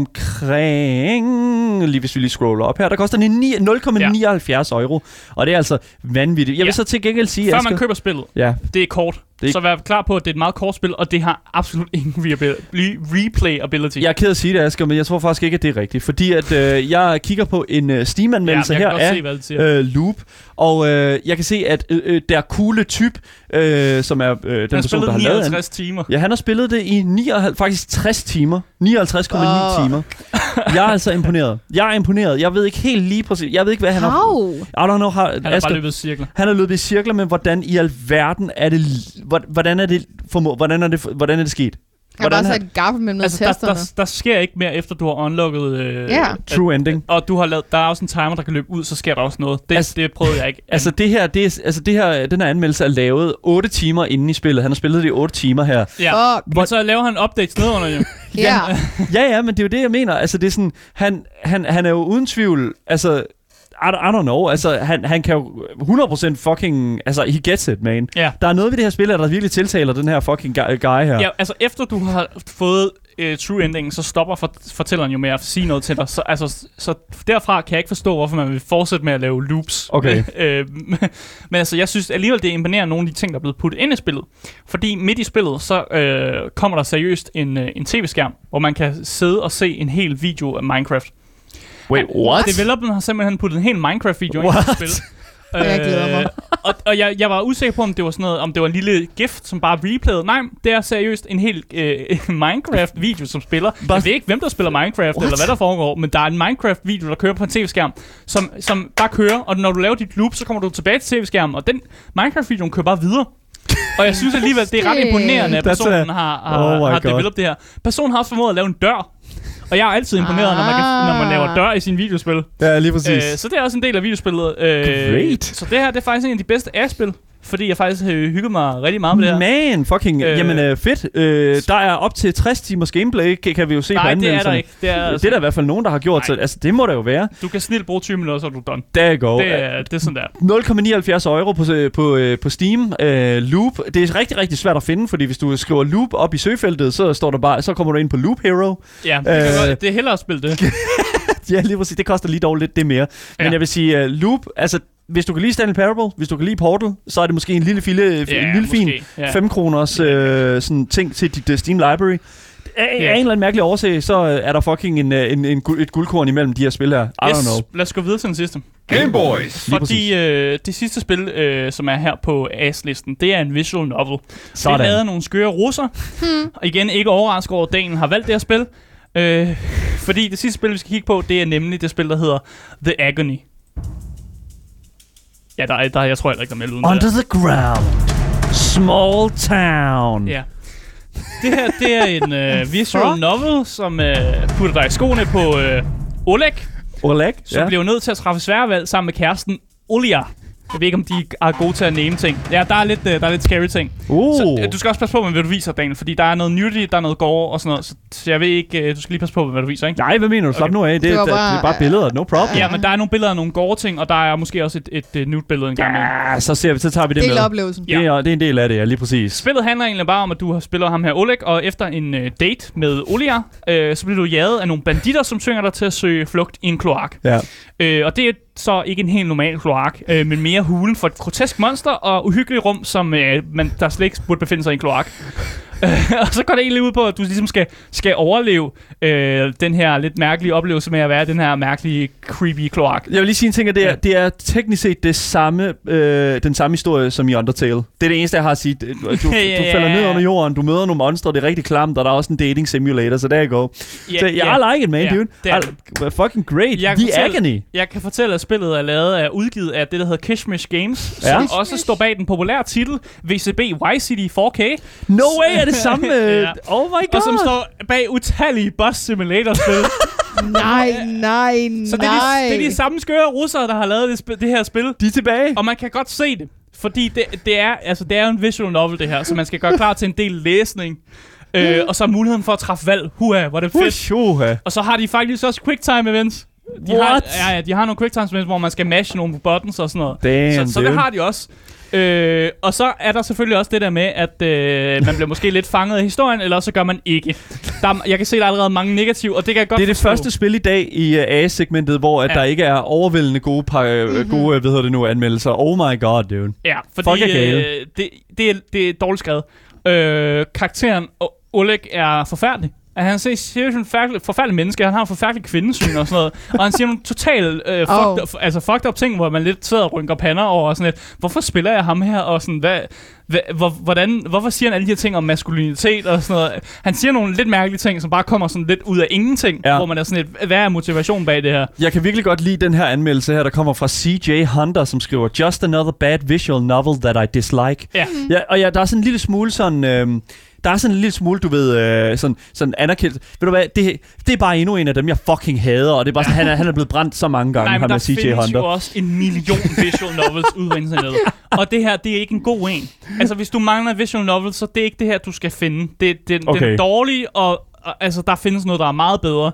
omkring, lige hvis vi lige scroller op her, der koster det ni- nul komma nioghalvfjerds euro. Og det er altså vanvittigt. Jeg vil Ja. så til gengæld sige, Før Asger- man køber spillet, Ja, det er kort. Det er- Så vær klar på, at det er et meget kort spil, og det har absolut ingen reabil- replayability. jeg er ked af at sige det, Asger, men jeg tror faktisk ikke, at det er rigtigt. Fordi at øh, jeg kigger på en øh, Steam-anmeldelse jeg her kan godt af se, hvad det siger. øh, Loop, og øh, jeg kan se, at øh, øh, der coole type, øh, som er øh, den Den har person, der spillet har lavet nioghalvtreds timer. Ja, han har spillet det i nioghalvtreds, faktisk tres timer. nioghalvtreds komma ni Åh. timer. Jeg er altså imponeret. Jeg er imponeret. Jeg ved ikke helt lige præcis. Jeg ved ikke, hvad han har... How? I don't know how... Han har bare løbet i cirkler. han har løbet i cirkler, men hvordan i alverden er det... hvor- Hvordan er det... Formo, hvordan, er det hvordan er det sket? Jeg har bare har- sat et gaffel mellem Altså, altså, der, testerne. der, der sker ikke mere, efter du har unlocket... Øh, Ja. True ending. Og du har lavet, der er også en timer, der kan løbe ud, så sker der også noget. Det, Altså- altså, det prøvede jeg ikke. Altså det her, det er, altså det her, den her anmeldelse er lavet otte timer inden i spillet. Han har spillet det i otte timer her. ja. Fuck. Men så laver han updates nedenunder jo. Ja. Ja, ja, men det er jo det, jeg mener. Altså det er sådan, han, han, han er jo uden tvivl, altså... I don't, I don't know, altså han, han kan jo hundrede procent fucking, altså he gets it, man. Ja. Der er noget ved det her spil, der virkelig tiltaler den her fucking guy, guy her. Ja, altså efter du har fået uh, true ending, så stopper for, fortælleren jo med at sige noget til dig. Så, altså, så derfra kan jeg ikke forstå, hvorfor man vil fortsætte med at lave loops. Okay. øh, men altså, jeg synes alligevel, det imponerer nogle af de ting, der er blevet puttet ind i spillet. Fordi midt i spillet, så øh, kommer der seriøst en, øh, en tv-skærm, hvor man kan sidde og se en hel video af Minecraft. Wait, what? Developeren har simpelthen puttet en hel Minecraft-video ind i det spil. Jeg glæder mig. og og jeg, jeg var usikker på, om det var sådan noget, om det var en lille gift, som bare replayede. Nej, det er seriøst en hel øh, Minecraft-video, som spiller. Bare jeg ved ikke, hvem der spiller Minecraft, what? eller hvad der foregår, men der er en Minecraft-video, der kører på en tv-skærm, som, som bare kører, og når du laver dit loop, så kommer du tilbage til tv-skærmen, og den Minecraft-videoen kører bare videre. Og jeg synes alligevel, det er ret imponerende, at personen har, har, oh har developet det her. Personen har også formået at lave en dør. Og jeg er altid imponeret, ah. når, man kan, når man laver dør i sin videospil. Ja, lige præcis. Øh, så det er også en del af videospillet. Øh, Great. Så det her, det er faktisk en af de bedste A-spil. Fordi jeg faktisk øh, hygget mig rigtig meget med det her. Man, fucking, øh, jamen øh, fedt. Øh, der er op til tres timers gameplay, kan, kan vi jo se nej, på anmeldelserne. Nej, det er der ikke. Det er, altså, det er der i hvert fald nogen, der har gjort, så altså, det må der jo være. Du kan snilt bruge tyve minutter, så er du done. Der går. Det er, det er sådan der. nul komma nioghalvfjerds euro på, på, på Steam. Øh, loop. Det er rigtig, rigtig svært at finde, fordi hvis du skriver loop op i søgefeltet, så står der bare, så kommer du ind på Loop Hero. Ja, det, øh, godt, det er hellere at spille det. Ja, lige præcis. Det koster lige dog lidt det mere. Men ja. Jeg vil sige, uh, loop, altså hvis du kan lide Stanley Parable, hvis du kan lide Portal, så er det måske en lille, fille, ja, en lille fin ja. fem kroners øh, sådan ting til dit uh, Steam Library. Af ja. en eller anden mærkelig årsag, så er der fucking en, en, en, et guldkorn imellem de her spil her. I yes, don't know. Lad os gå videre til den sidste. Game Boys. Fordi øh, det sidste spil, øh, som er her på A S-listen, det er en visual novel. Sådan. Det er lavet af nogle skøre russer. Hmm. Og igen, ikke overrasket over, at Daniel har valgt det her spil. Øh, fordi det sidste spil, vi skal kigge på, det er nemlig det spil, der hedder The Agony. Ja, der er, der, jeg tror heller ikke, der er meldt uden Under the ground. Small town. Ja. Det her, det er en øh, visual novel, som øh, putter dig i skoene på øh, Oleg. Oleg, som ja. bliver nødt til at træffe svære valg sammen med kæresten Olia. Jeg ved ikke, om de er gode til at name ting. Ja, der er lidt, der er lidt scary ting. Uh. Så uh, du skal også passe på, hvad du viser, Daniel. Fordi der er noget nudity, der er noget gore og sådan noget. Så, så jeg ved ikke, du skal lige passe på, hvad du viser, ikke? Nej, hvad mener du? Slap okay. nu af. Det, det, det, bare, det er bare billeder. No problem. Ja, men der er nogle billeder af nogle gore ting, og der er måske også et, et, et nude-billede engang. Ja, så, ser vi, så tager vi det del med. Oplevelsen. Ja. Det, er, det er en del af det, ja, lige præcis. Spillet handler egentlig bare om, at du spiller ham her Oleg, og efter en uh, date med Olia, uh, så bliver du jaget af nogle banditter, som tvinger dig til at søge flugt i en kloak. Ja. Uh, og det er så ikke en helt normal kloak, uh, men mere hulen for et grotesk monster og uhyggeligt rum, som uh, man, der slet ikke burde befinde sig i en kloak. Og så går det egentlig ud på, at du ligesom skal, skal overleve øh, den her lidt mærkelige oplevelse med at være den her mærkelige, creepy kloak. Jeg vil lige sige en ting, at det er, ja. det er teknisk set det samme, øh, den samme historie som i Undertale. Det er det eneste, jeg har at sige. Du, du, ja, du falder ned under jorden, du møder nogle monstre, det er rigtig klamt, og der er også en dating simulator, så der you go. Ja, så jeg ja. like it, man, ja, dude. I, fucking great. Jeg The fortælle, Agony. Jeg kan fortælle, at spillet er lavet af udgivet af det, der hedder Kishmish Games, ja. som også står bag den populære titel V C B Vice-City fire K. No way, er det samme? ja. Oh my god. Og som står bag utallige Bus Simulator-spil. nej, nej, nej. Så det er, de, det er de samme skøre russere, der har lavet det, sp- det her spil. De er tilbage. Og man kan godt se det. Fordi det, det, er, altså, det er jo en visual novel, det her. Så man skal gøre klar til en del læsning. øh, og så muligheden for at træffe valg. Hua, hvor er det fedt. Uh, og så har de faktisk også quicktime events. De What? har, ja, ja, de har nogle quicktime events, hvor man skal mashe nogle buttons og sådan noget. Damn, så, så det har de også. Øh, og så er der selvfølgelig også det der med, at øh, man bliver måske lidt fanget af historien, eller så gør man ikke. Der, jeg kan se, der er allerede mange negative, og det kan jeg godt Det er forstå. det første spil i dag i uh, A S-segmentet, hvor at ja. der ikke er overvældende gode, par, mm-hmm. gode hvad hedder det nu, anmeldelser. Oh my god, dude. Ja, fordi øh, det, det, er, det er dårligt skrevet. Øh, karakteren Oleg er forfærdelig. At han ser seriøst en forfærdelig, forfærdelig menneske. Han har en forfærdelig kvindesyn og sådan noget. Og han siger nogle totalt øh, fucked, oh. up, altså fucked up ting, hvor man lidt sidder og rynker pander over og sådan lidt. Hvorfor spiller jeg ham her? Og sådan, hvad, hvad, hvor, hvordan, hvorfor siger han alle de her ting om maskulinitet og sådan noget? Han siger nogle lidt mærkelige ting, som bare kommer sådan lidt ud af ingenting. Ja. Hvor man er sådan lidt, hvad er motivationen bag det her? Jeg kan virkelig godt lide den her anmeldelse her, der kommer fra C J Hunter, som skriver, Just another bad visual novel that I dislike. Ja. Ja, og ja, der er sådan en lille smule sådan... Øh, Der er sådan en lille smule, du ved, øh, sådan, sådan anerkendt. Ved du hvad, det, det er bare endnu en af dem, jeg fucking hader, og det er bare sådan, han er, han er blevet brændt så mange gange. Nej, men der C J findes Hunter. jo også en million visual novels ude på internettet. Og det her, det er ikke en god en. Altså, hvis du mangler visual novels, så det er ikke det her, du skal finde. Det, det, okay. Den er dårlig, og, og altså, der findes noget, der er meget bedre.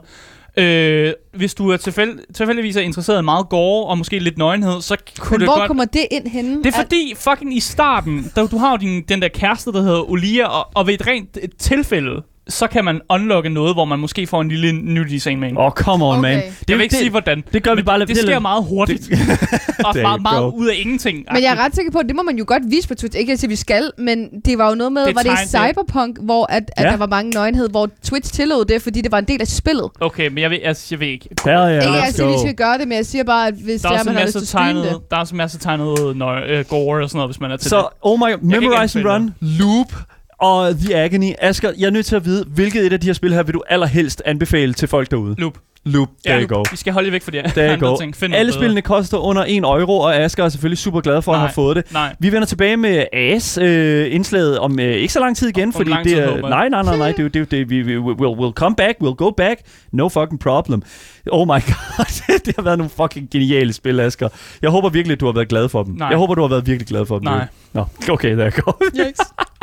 Øh, hvis du er tilfælde, tilfældigvis er interesseret i meget gore og måske lidt nøgenhed, så kunne Men det hvor godt... kommer det ind henne? Det er fordi, fucking i starten, der, du har jo din, den der kæreste, der hedder Olia, og, og ved et rent et tilfælde, så kan man unlocke noget, hvor man måske får en lille nudity scene med en. Åh, oh, come on, Okay. man. Det, jeg vil ikke det, sige, hvordan. Det gør vi bare lidt. Det sker meget hurtigt. Og There meget, you meget go. ud af ingenting. Men jeg er ret sikker på, at det må man jo godt vise på Twitch. Ikke at sige, at vi skal, men det var jo noget med, Det er var det i tegn- Cyberpunk, hvor at, at Ja. der var mange nøgenhed, hvor Twitch tillod det, fordi det var en del af spillet. Okay, men jeg ved, altså, jeg ved ikke. Ja, ja, Ikke let's at sige, at go. vi skal gøre det, men jeg siger bare, at hvis Der det er er, også man en har lyst masse til at streame tegnet, det. der er også en masse tegnet nøje, uh, gore og sådan noget, hvis man er til Så, det. oh my, ikke Memorize and anbefale Run, Loop og The Agony. Asger, jeg er nødt til at vide, hvilket et af de her spil her vil du allerhelst anbefale til folk derude? Loop. Loop, there Ja, you go. vi skal holde jer væk for det. There you andre go. ting. Find Alle noget bedre. spillene koster under en euro, og Asger er selvfølgelig super glad for, at han Nej. har fået det. Nej. Vi vender tilbage med A S øh, indslaget om øh, ikke så lang tid igen, Om fordi lang det tid, er... håber jeg. Nej, nej, nej, nej, det er jo det, er jo det vi, vi, we'll, we'll come back, we'll go back, no fucking problem. Oh my god, det har været nogle fucking geniale spil, Asger. Jeg håber virkelig, at du har været glad for dem. Nej. Jeg håber, du har været virkelig glad for dem. Nej. Nå, okay, der går. Yes.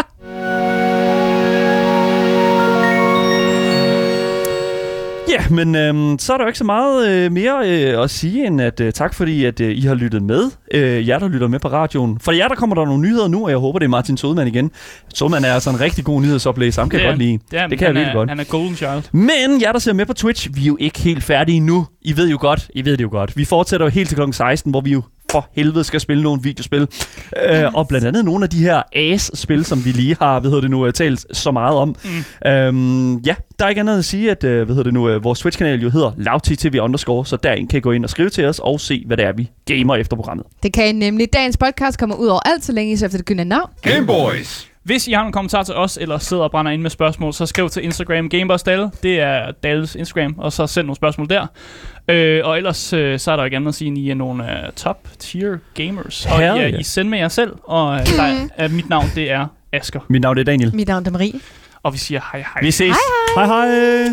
Ja, men øhm, så er der jo ikke så meget øh, mere øh, at sige, end at øh, tak fordi, at øh, I har lyttet med. Øh, jer, der lytter med på radioen. For jer, der kommer der nogle nyheder nu, og jeg håber, det er Martin Sodemann igen. Sodemann er altså en rigtig god nyhedsoplæs, ham kan jeg godt lide. Det, er, det kan jeg han virkelig er, godt. Han er golden child. Men jer, der ser med på Twitch, vi er jo ikke helt færdige nu. I ved jo godt, I ved det jo godt. Vi fortsætter jo helt til klokken seksten, hvor vi jo for helvede skal spille nogle videospil. Øh, og blandt andet nogle af de her A S-spil, som vi lige har, hvad hedder det nu, talt så meget om. Mm. Øhm, ja, der er ikke andet at sige, at øh, hvad hedder det nu, øh, vores Twitch-kanal jo hedder lavttv underscore, så derinde kan I gå ind og skrive til os og se, hvad det er, vi gamer efter programmet. Det kan I nemlig. Dagens podcast kommer ud over alt, så længe I ser efter det gyldne navn. Gameboys. Hvis I har nogle kommentarer til os, eller sidder og brænder ind med spørgsmål, så skriv til Instagram Gameboys Dalle. Det er Dalles Instagram, og så send nogle spørgsmål der. Øh, og ellers øh, så er der ikke andet at sige, at I er nogle uh, top-tier gamers. Og Hell ja, yeah. I sender med jer selv, og uh, der er, uh, mit navn det er Asger. Mit navn er Daniel. Mit navn er Marie. Og vi siger hej hej. Vi ses. Hej hej. hej, hej.